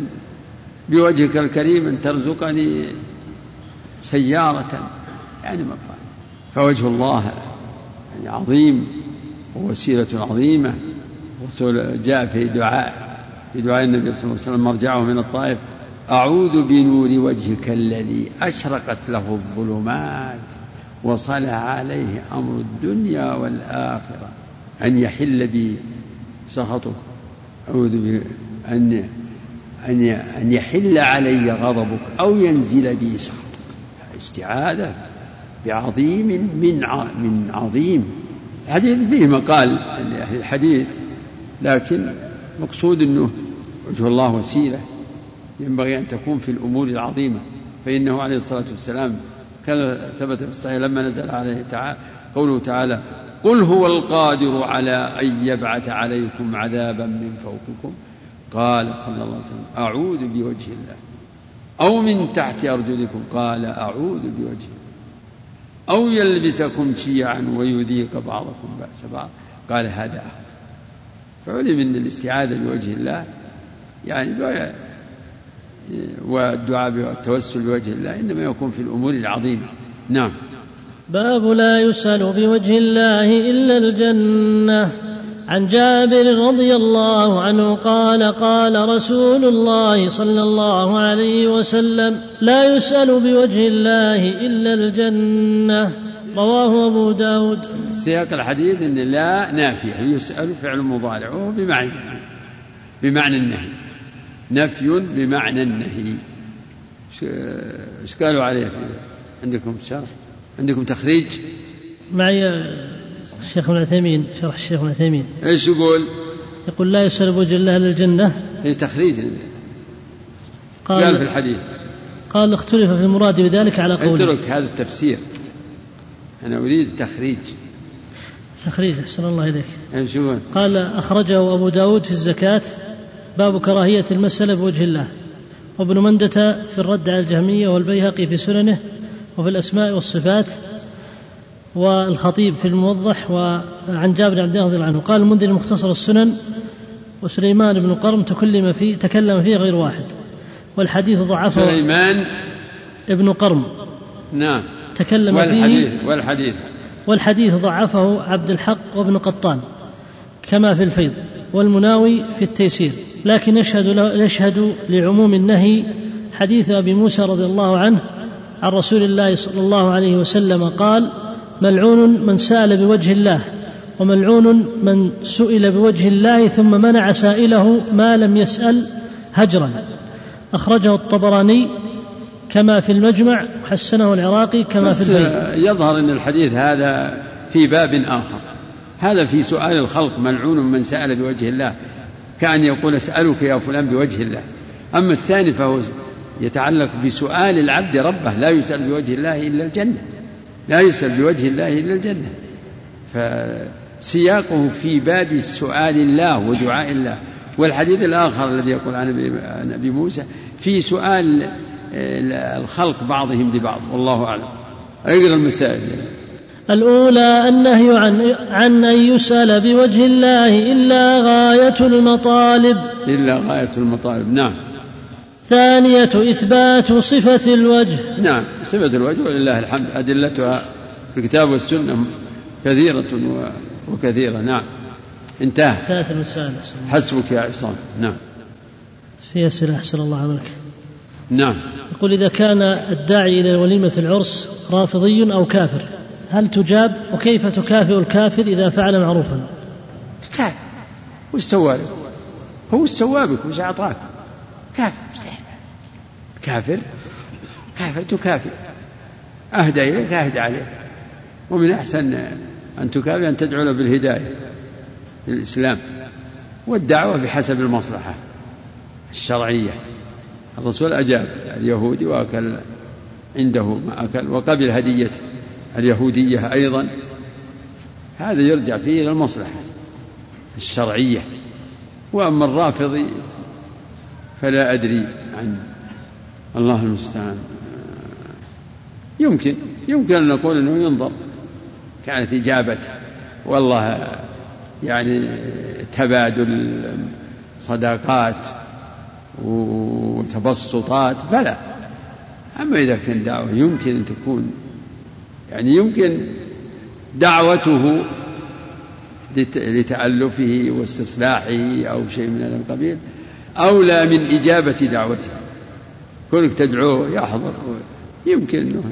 [SPEAKER 3] بوجهك الكريم أن ترزقني سيارة، يعني مقال. فوجه الله يعني عظيم ووسيلة عظيمة. جاء في دعاء في دعاء النبي صلى الله عليه وسلم مرجعه من الطائف: أعوذ بنور وجهك الذي أشرقت له الظلمات وصلح عليه أمر الدنيا والآخرة أن يحل بي سخطك، أعوذ بأن أن أن يحل علي غضبك أو ينزل بي سخطك. استعاذة بعظيم من من عظيم الحديث فيه مقال أهل الحديث، لكن مقصود أنه وجه الله وسيلة ينبغي أن تكون في الأمور العظيمة، فإنه عليه الصلاة والسلام كان ثبت في الصحيح لما نزل عليه تعالى قوله تعالى قل هو القادر على أن يبعث عليكم عذابا من فوقكم قال صلى الله عليه وسلم أعوذ بوجه الله، أو من تحت أرجلكم قال أعوذ بوجه الله، أو يلبسكم شيعا ويذيق بعضكم بأس بعض قال هذا أهو. فعلم أن الاستعاذة بوجه الله يعني والدعاء والتوسل بوجه الله إنما يكون في الأمور العظيمة. نعم.
[SPEAKER 2] باب لا يسأل بوجه الله إلا الجنة. عن جابر رضي الله عنه قال قال رسول الله صلى الله عليه وسلم لا يسأل بوجه الله إلا الجنة. رواه أبو داود.
[SPEAKER 3] سياق الحديث أن لا نافية، يسأل فعل مضارع وهو بمعنى بمعنى النهي، نفي بمعنى النهي. ايش قالوا عليه في عندكم شرح؟ عندكم تخريج؟
[SPEAKER 2] معي الشيخ ابن عثيمين، شرح الشيخ ابن عثيمين.
[SPEAKER 3] ايش يقول؟
[SPEAKER 2] يقول لا يسأل بوجه الله للجنة.
[SPEAKER 3] هي تخريج قال, قال في الحديث
[SPEAKER 2] قال اختلف في المراد بذلك على قوله.
[SPEAKER 3] اترك هذا التفسير، أنا أريد تخريج.
[SPEAKER 2] تخريج أحسن الله إليك.
[SPEAKER 3] ايش يقول؟
[SPEAKER 2] قال أخرجه أبو داود في الزكاة باب كراهية المسألة بوجه الله، وابن مندة في الرد على الجهمية، والبيهقي في سننه وفي الأسماء والصفات، والخطيب في الموضح. وعن جابر بن عبد الله رضي الله عنه قال المنذر مختصر السنن وسليمان بن قرم تكلم فيه تكلم فيه غير واحد، والحديث ضعفه
[SPEAKER 3] سليمان
[SPEAKER 2] ابن قرم.
[SPEAKER 3] نعم.
[SPEAKER 2] تكلم
[SPEAKER 3] والحديث
[SPEAKER 2] فيه
[SPEAKER 3] والحديث
[SPEAKER 2] والحديث ضعفه عبد الحق وابن قطان كما في الفيض، والمناوي في التيسير، لكن يشهد, يشهد لعموم النهي حديث أبي موسى رضي الله عنه عن رسول الله صلى الله عليه وسلم قال ملعون من سأل بوجه الله، وملعون من سئل بوجه الله ثم منع سائله ما لم يسأل هجرا. أخرجه الطبراني كما في المجمع، حسنه العراقي كما في البيت.
[SPEAKER 3] يظهر أن الحديث هذا في باب آخر، هذا في سؤال الخلق ملعون من سأل بوجه الله، كأن يقول اسألك يا فلان بوجه الله. أما الثاني فهو يتعلق بسؤال العبد ربه، لا يسأل بوجه الله إلا الجنة، لا يسأل بوجه الله إلا الجنة. فسياقه في باب سؤال الله ودعاء الله. والحديث الآخر الذي يقول عن أبي موسى في سؤال الخلق بعضهم لبعض، والله أعلم. أقرأ المسائل.
[SPEAKER 2] الأولى النهي عن, عن أن يسأل بوجه الله إلا غاية المطالب
[SPEAKER 3] إلا غاية المطالب. نعم.
[SPEAKER 2] ثانية إثبات صفة الوجه.
[SPEAKER 3] نعم، صفة الوجه ولله الحمد أدلتها في الكتاب والسنة كثيرة وكثيرة. نعم. انتهى.
[SPEAKER 2] ثلاث المسائل.
[SPEAKER 3] حسبك يا عصام. نعم.
[SPEAKER 2] في أسئلة أحسن الله عليك.
[SPEAKER 3] نعم.
[SPEAKER 2] يقول إذا كان الداعي إلى وليمة العرس رافضي أو كافر هل تجاب؟ وكيف تكافئ الكافر إذا فعل معروفا؟
[SPEAKER 3] كافر. وش سوى لك؟ هو سوابك وش أعطاك؟ كافر. كافر كافر تكافئ، أهدى إليك أهدى عليك. ومن أحسن أن تكافئ أن تدعو له بالهداية للإسلام، والدعوة بحسب المصلحة الشرعية. الرسول أجاب اليهودي وأكل عنده ما أكل، وقبل هدية اليهودية أيضا، هذا يرجع فيه إلى المصلحة الشرعية. وأما الرافضي فلا أدري عن الله المستعان. يمكن يمكن أن نقول أنه ينظر، كانت إجابة والله يعني تبادل صداقات وتبسطات فلا. أما إذا كان دعوة يمكن أن تكون يعني يمكن دعوته لتألفه واستصلاحه أو شيء من هذا القبيل أولى من إجابة دعوته. كونك تدعوه يحضر يمكن أنه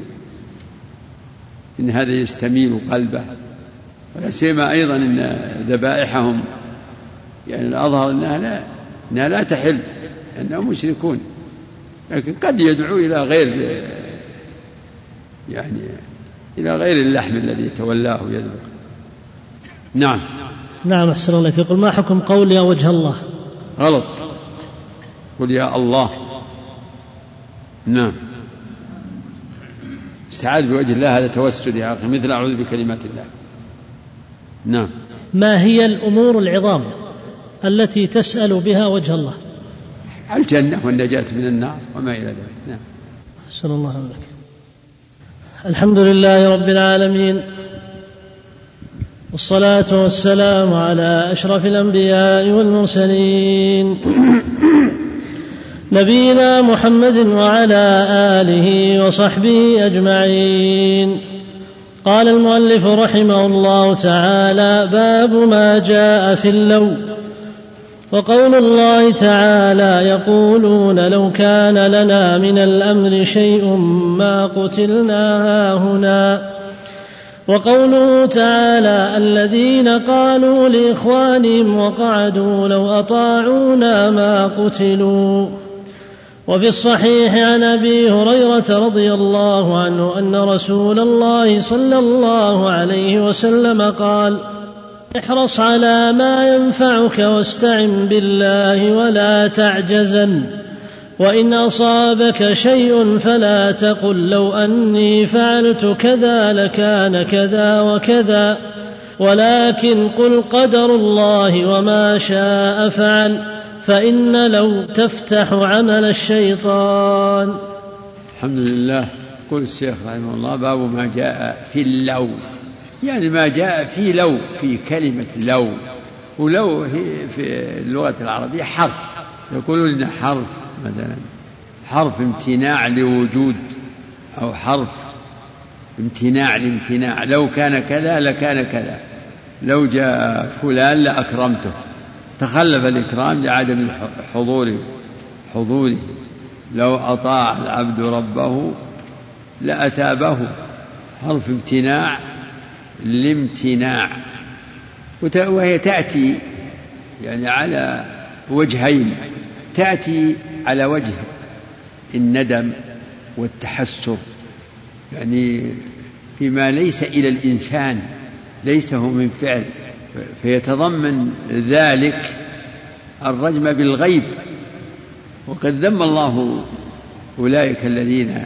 [SPEAKER 3] إن هذا يستميل قلبه. ولا سيما أيضا أن ذبائحهم يعني الأظهر أنها لا, إنها لا تحل، أنهم مشركون، لكن قد يدعو إلى غير يعني إلى غير اللحم الذي تولاه يذبح. نعم.
[SPEAKER 2] نعم أحسن الله. يقول ما حكم قول يا وجه الله؟
[SPEAKER 3] غلط، قل يا الله. نعم. استعاذ بوجه الله هذا توسل يا أخي، مثل أعوذ بكلمات الله. نعم.
[SPEAKER 2] ما هي الأمور العظام التي تسأل بها وجه الله؟
[SPEAKER 3] الجنة والنجاة من النار وما إلى ذلك. نعم.
[SPEAKER 2] أحسن الله عليك. الحمد لله رب العالمين، والصلاة والسلام على أشرف الأنبياء والمرسلين نبينا محمد وعلى آله وصحبه أجمعين. قال المؤلف رحمه الله تعالى: باب ما جاء في اللو. وقول الله تعالى: يقولون لو كان لنا من الأمر شيء ما قتلنا هاهنا. وقوله تعالى: الذين قالوا لإخوانهم وقعدوا لو أطاعونا ما قتلوا. وفي الصحيح عن أبي هريرة رضي الله عنه أن رسول الله صلى الله عليه وسلم قال: احرص على ما ينفعك واستعن بالله ولا تعجزن، وإن أصابك شيء فلا تقل لو أني فعلت كذا لكان كذا وكذا، ولكن قل قدر الله وما شاء فعل، فإن لو تفتح عمل الشيطان.
[SPEAKER 3] الحمد لله. يقول الشيخ رحمه الله: باب ما جاء في اللو، يعني ما جاء في لو، في كلمة لو. ولو في اللغة العربية حرف، يقولون لنا حرف مثلا حرف امتناع لوجود، أو حرف امتناع لامتناع. لو كان كذا لكان كذا، لو جاء فلان لأكرمته، تخلف الإكرام لعدم حضوره حضوره لو أطاع العبد ربه لأتابه، حرف امتناع لامتناع. وهي تأتي يعني على وجهين، تأتي على وجه الندم والتحسر، يعني فيما ليس إلى الإنسان، ليس هو من فعل، فيتضمن ذلك الرجم بالغيب. وقد ذم الله أولئك الذين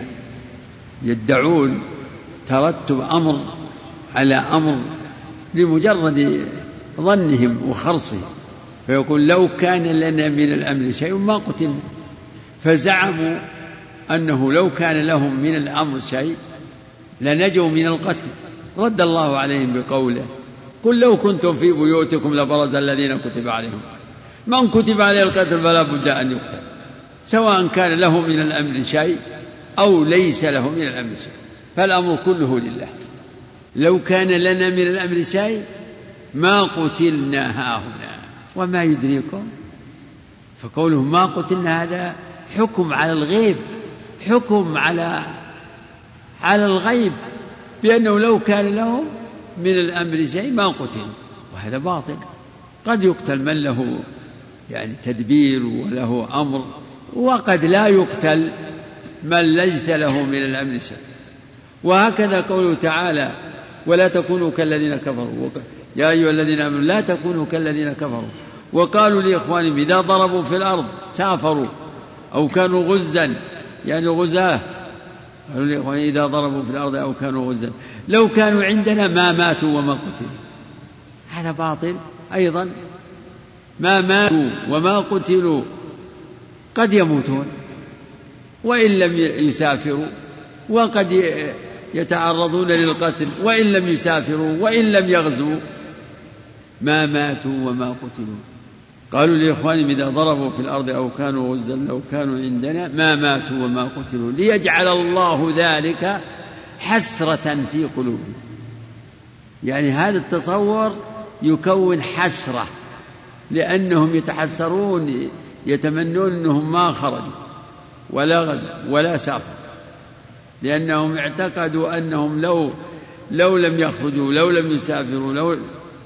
[SPEAKER 3] يدعون ترتب أمر على أمر لمجرد ظنهم وخرصهم، فيقول لو كان لنا من الأمر شيء ما قتلنا، فزعموا أنه لو كان لهم من الأمر شيء لنجوا من القتل. رد الله عليهم بقوله: قل لو كنتم في بيوتكم لبرز الذين كتب عليهم، من كتب عليه القتل فلا بد أن يقتل، سواء كان له من الأمر شيء أو ليس له من الأمر شيء، فالأمر كله لله. لو كان لنا من الأمر شيء ما قتلنا هاهنا وما يدريكم. فقوله ما قتلنا هذا حكم على الغيب، حكم على على الغيب بأنه لو كان له من الأمر شيء ما قتل، وهذا باطل. قد يقتل من له يعني تدبير وله أمر، وقد لا يقتل من ليس له من الأمر شيء. وهكذا قوله تعالى: ولا تكونوا كالذين كفروا، يا أيها الذين آمنوا لا تكونوا كالذين كفروا وقالوا لإخوانهم إذا ضربوا في الأرض سافروا أو كانوا غزا، يعني غزاة، قالوا لإخوانهم إذا ضربوا في الأرض أو كانوا غزا لو كانوا عندنا ما ماتوا وما قتلوا. هذا باطل أيضا. ما ماتوا وما قتلوا، قد يموتون وإن لم يسافروا، وقد يتعرضون للقتل وإن لم يسافروا وإن لم يغزوا. ما ماتوا وما قتلوا. قالوا لإخوانهم إذا ضربوا في الأرض أو كانوا غزا لو كانوا عندنا ما ماتوا وما قتلوا ليجعل الله ذلك حسرة في قلوبهم. يعني هذا التصور يكون حسرة، لأنهم يتحسرون، يتمنون أنهم ما خرجوا ولا غزوا ولا سافروا، لأنهم اعتقدوا أنهم لو لو لم يخرجوا لو لم يسافروا لو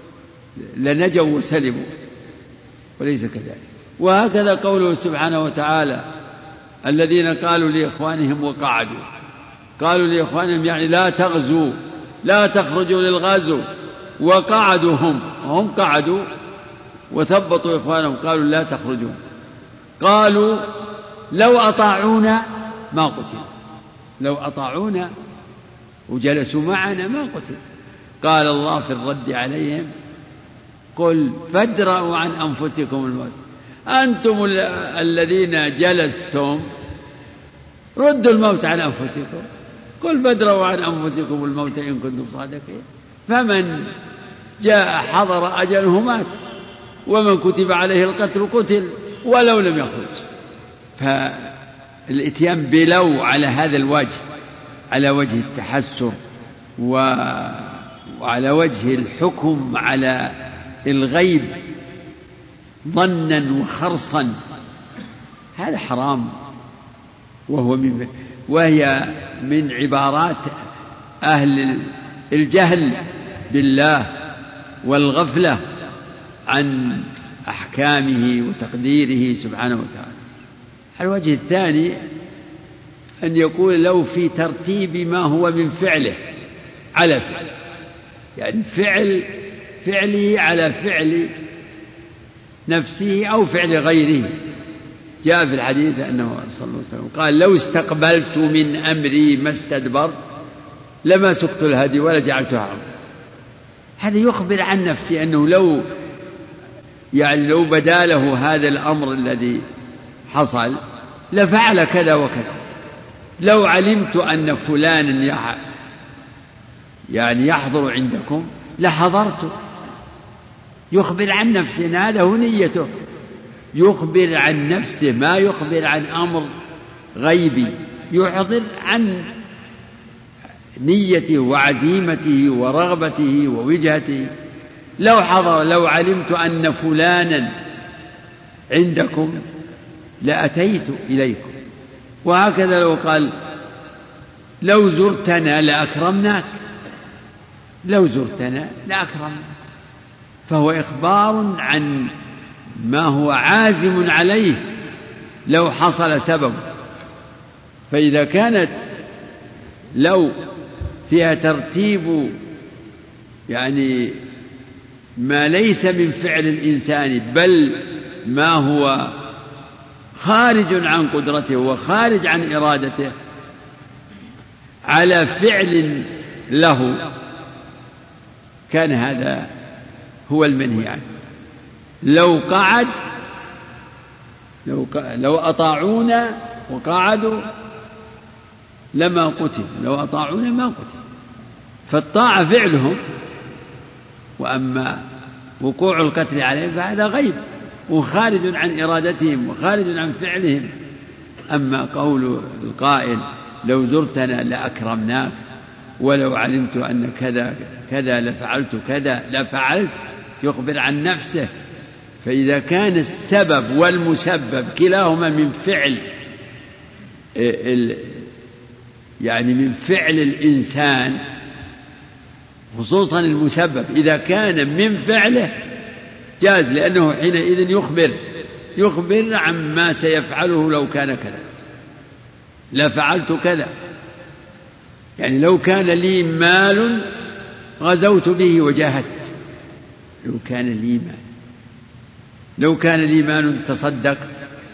[SPEAKER 3] لنجوا وسلموا، وليس كذلك. وهكذا قوله سبحانه وتعالى: الذين قالوا لإخوانهم وقعدوا، قالوا لإخوانهم يعني لا تغزوا، لا تخرجوا للغزو،
[SPEAKER 1] وقعدوا هم هم قعدوا وثبطوا إخوانهم قالوا لا تخرجون، قالوا لو أطاعونا ما قتل، لو أطاعونا وجلسوا معنا ما قتل. قال الله في الرد عليهم قل فادرأوا عن أنفسكم الموت، أنتم الذين جلستم ردوا الموت عن أنفسكم، قل فادرأوا عن أنفسكم الموت إن كنتم صادقين. فمن جاء حضر أجله مات، ومن كتب عليه القتل قتل ولو لم يخرج. فالإتيان بلو على هذا الوجه، على وجه التحسر وعلى وجه الحكم على الغيب ظنا وخرصا، هذا حرام، وهو من وهي من عبارات أهل الجهل بالله والغفلة عن أحكامه وتقديره سبحانه وتعالى. الوجه الثاني أن يقول لو في ترتيب ما هو من فعله على فعل، يعني فعل فعله على فعل نفسه أو فعل غيره. جاء في الحديث أنه صلى الله عليه وسلم قال لو استقبلت من أمري ما استدبرت لما سقت الهدي ولا جعلتها عمر. هذا يخبر عن نفسه أنه لو يعني لو بدا له هذا الأمر الذي حصل لفعل كذا وكذا. لو علمت أن فلانا يعني يحضر عندكم لحضرت. يخبر عن نفسه، هذا هو نيته، يخبر عن نفسه ما يخبر عن أمر غيبي، يحضر عن نيته وعزيمته ورغبته ووجهته. لو حضر لو علمت أن فلانا عندكم لأتيت إليكم. وهكذا لو قال لو زرتنا لأكرمناك، لو زرتنا لأكرمناك، فهو إخبار عن ما هو عازم عليه لو حصل سبب. فإذا كانت لو فيها ترتيب يعني ما ليس من فعل الإنسان بل ما هو خارج عن قدرته وخارج عن إرادته على فعل له، كان هذا هو المنهي عنه. لو قعد لو, لو أطاعونا وقعدوا لما قتل، لو أطاعونا ما قتل. فالطاعة فعلهم، وأما وقوع القتل عليهم فهذا غيب وخارج عن إرادتهم وخارج عن فعلهم. أما قول القائل لو زرتنا لأكرمناك ولو علمت أن كذا كذا لفعلت كذا لفعلت، يخبر عن نفسه. فإذا كان السبب والمسبب كلاهما من فعل يعني من فعل الإنسان، خصوصا المسبب إذا كان من فعله جاز، لأنه حينئذ يخبر يخبر عما سيفعله لو كان كذا، لفعلت كذا. يعني لو كان لي مال غزوت به وجاهدت، لو كان لي مال لو كان لي مال تصدقت،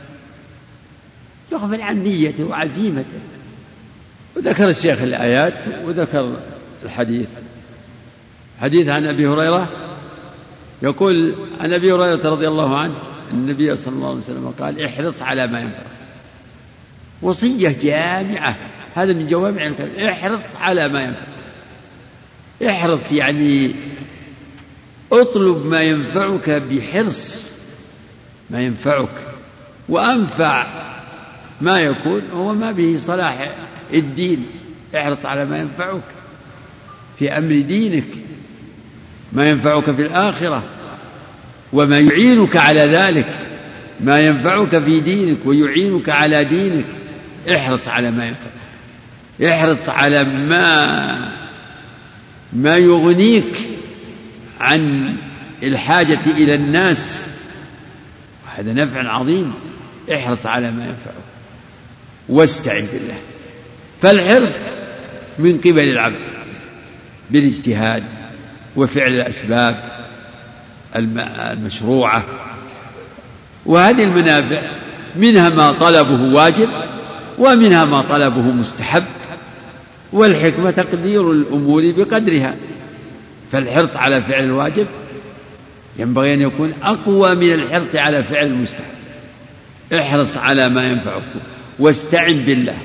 [SPEAKER 1] يخبر عن نيته وعزيمته. وذكر الشيخ الآيات وذكر الحديث. حديث عن أبي هريرة يقول عن أبي هريرة رضي الله عنه النبي صلى الله عليه وسلم قال احرص على ما ينفعك. وصية جامعة، هذا من جوامع الكلم. احرص على ما ينفعك، احرص يعني اطلب ما ينفعك بحرص، ما ينفعك. وأنفع ما يكون هو ما به صلاح الدين. احرص على ما ينفعك في أمر دينك، ما ينفعك في الآخرة وما يعينك على ذلك، ما ينفعك في دينك ويعينك على دينك. احرص على ما ينفعك، احرص على ما ما يغنيك عن الحاجة إلى الناس، وهذا نفع عظيم. احرص على ما ينفعك واستعن بالله. فالحرص من قبل العبد بالاجتهاد وفعل الأسباب المشروعة. وهذه المنافع منها ما طلبه واجب ومنها ما طلبه مستحب، والحكمة تقدير الأمور بقدرها. فالحرص على فعل الواجب ينبغي أن يكون أقوى من الحرص على فعل المستحب. احرص على ما ينفعك واستعن بالله،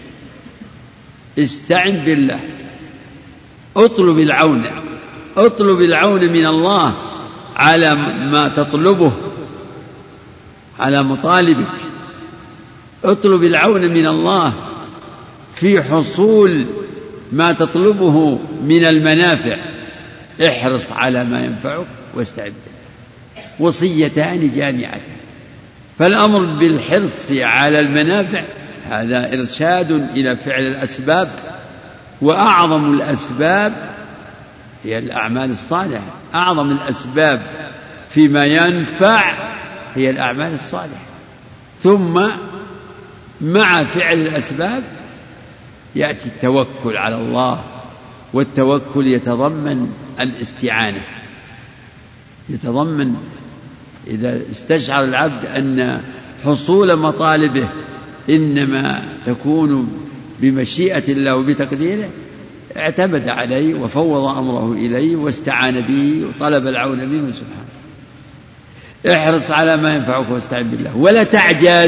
[SPEAKER 1] استعن بالله، اطلب العون، اطلب العون من الله على ما تطلبه، على مطالبك. اطلب العون من الله في حصول ما تطلبه من المنافع. احرص على ما ينفعك واستعد. وصيتان جامعتان. فالأمر بالحرص على المنافع هذا إرشاد إلى فعل الأسباب، وأعظم الأسباب هي الأعمال الصالحة. أعظم الأسباب فيما ينفع هي الأعمال الصالحة. ثم مع فعل الأسباب يأتي التوكل على الله، والتوكل يتضمن الاستعانة، يتضمن إذا استشعر العبد أن حصول مطالبه إنما تكون بمشيئة الله وبتقديره، اعتمد عليه وفوض أمره إليه واستعان به وطلب العون منه سبحانه. احرص على ما ينفعك واستعن بالله ولا تعجز.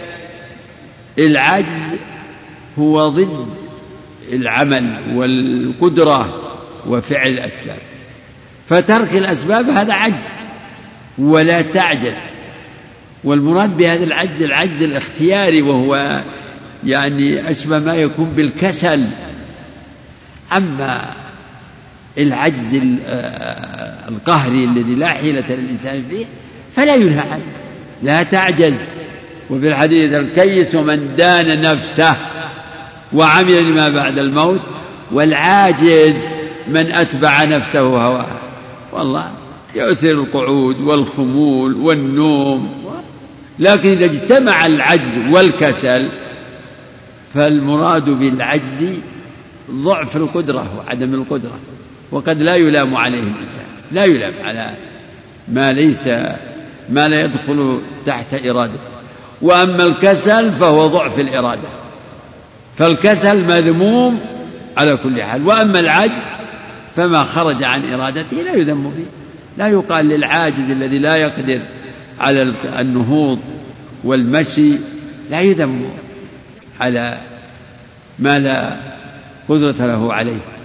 [SPEAKER 1] العجز هو ضد العمل والقدرة وفعل الأسباب، فترك الأسباب هذا عجز. ولا تعجز، والمراد بهذا العجز العجز الاختياري، وهو يعني أشبه ما يكون بالكسل. أما العجز القهري الذي لا حيلة للإنسان فيه فلا ينهى عنه. لا تعجز. وفي الحديث الكيس من دان نفسه وعمل لما بعد الموت، والعاجز من أتبع نفسه هواها. والله يؤثر القعود والخمول والنوم، لكن إذا اجتمع العجز والكسل فالمراد بالعجز ضعف القدرة وعدم القدرة، وقد لا يلام عليه الإنسان، لا يلام على ما ليس ما لا يدخل تحت إرادته. وأما الكسل فهو ضعف الإرادة، فالكسل مذموم على كل حال. وأما العجز فما خرج عن إرادته لا يذم فيه. لا يقال للعاجز الذي لا يقدر على النهوض والمشي لا يذم على ما لا قدرة له عليه.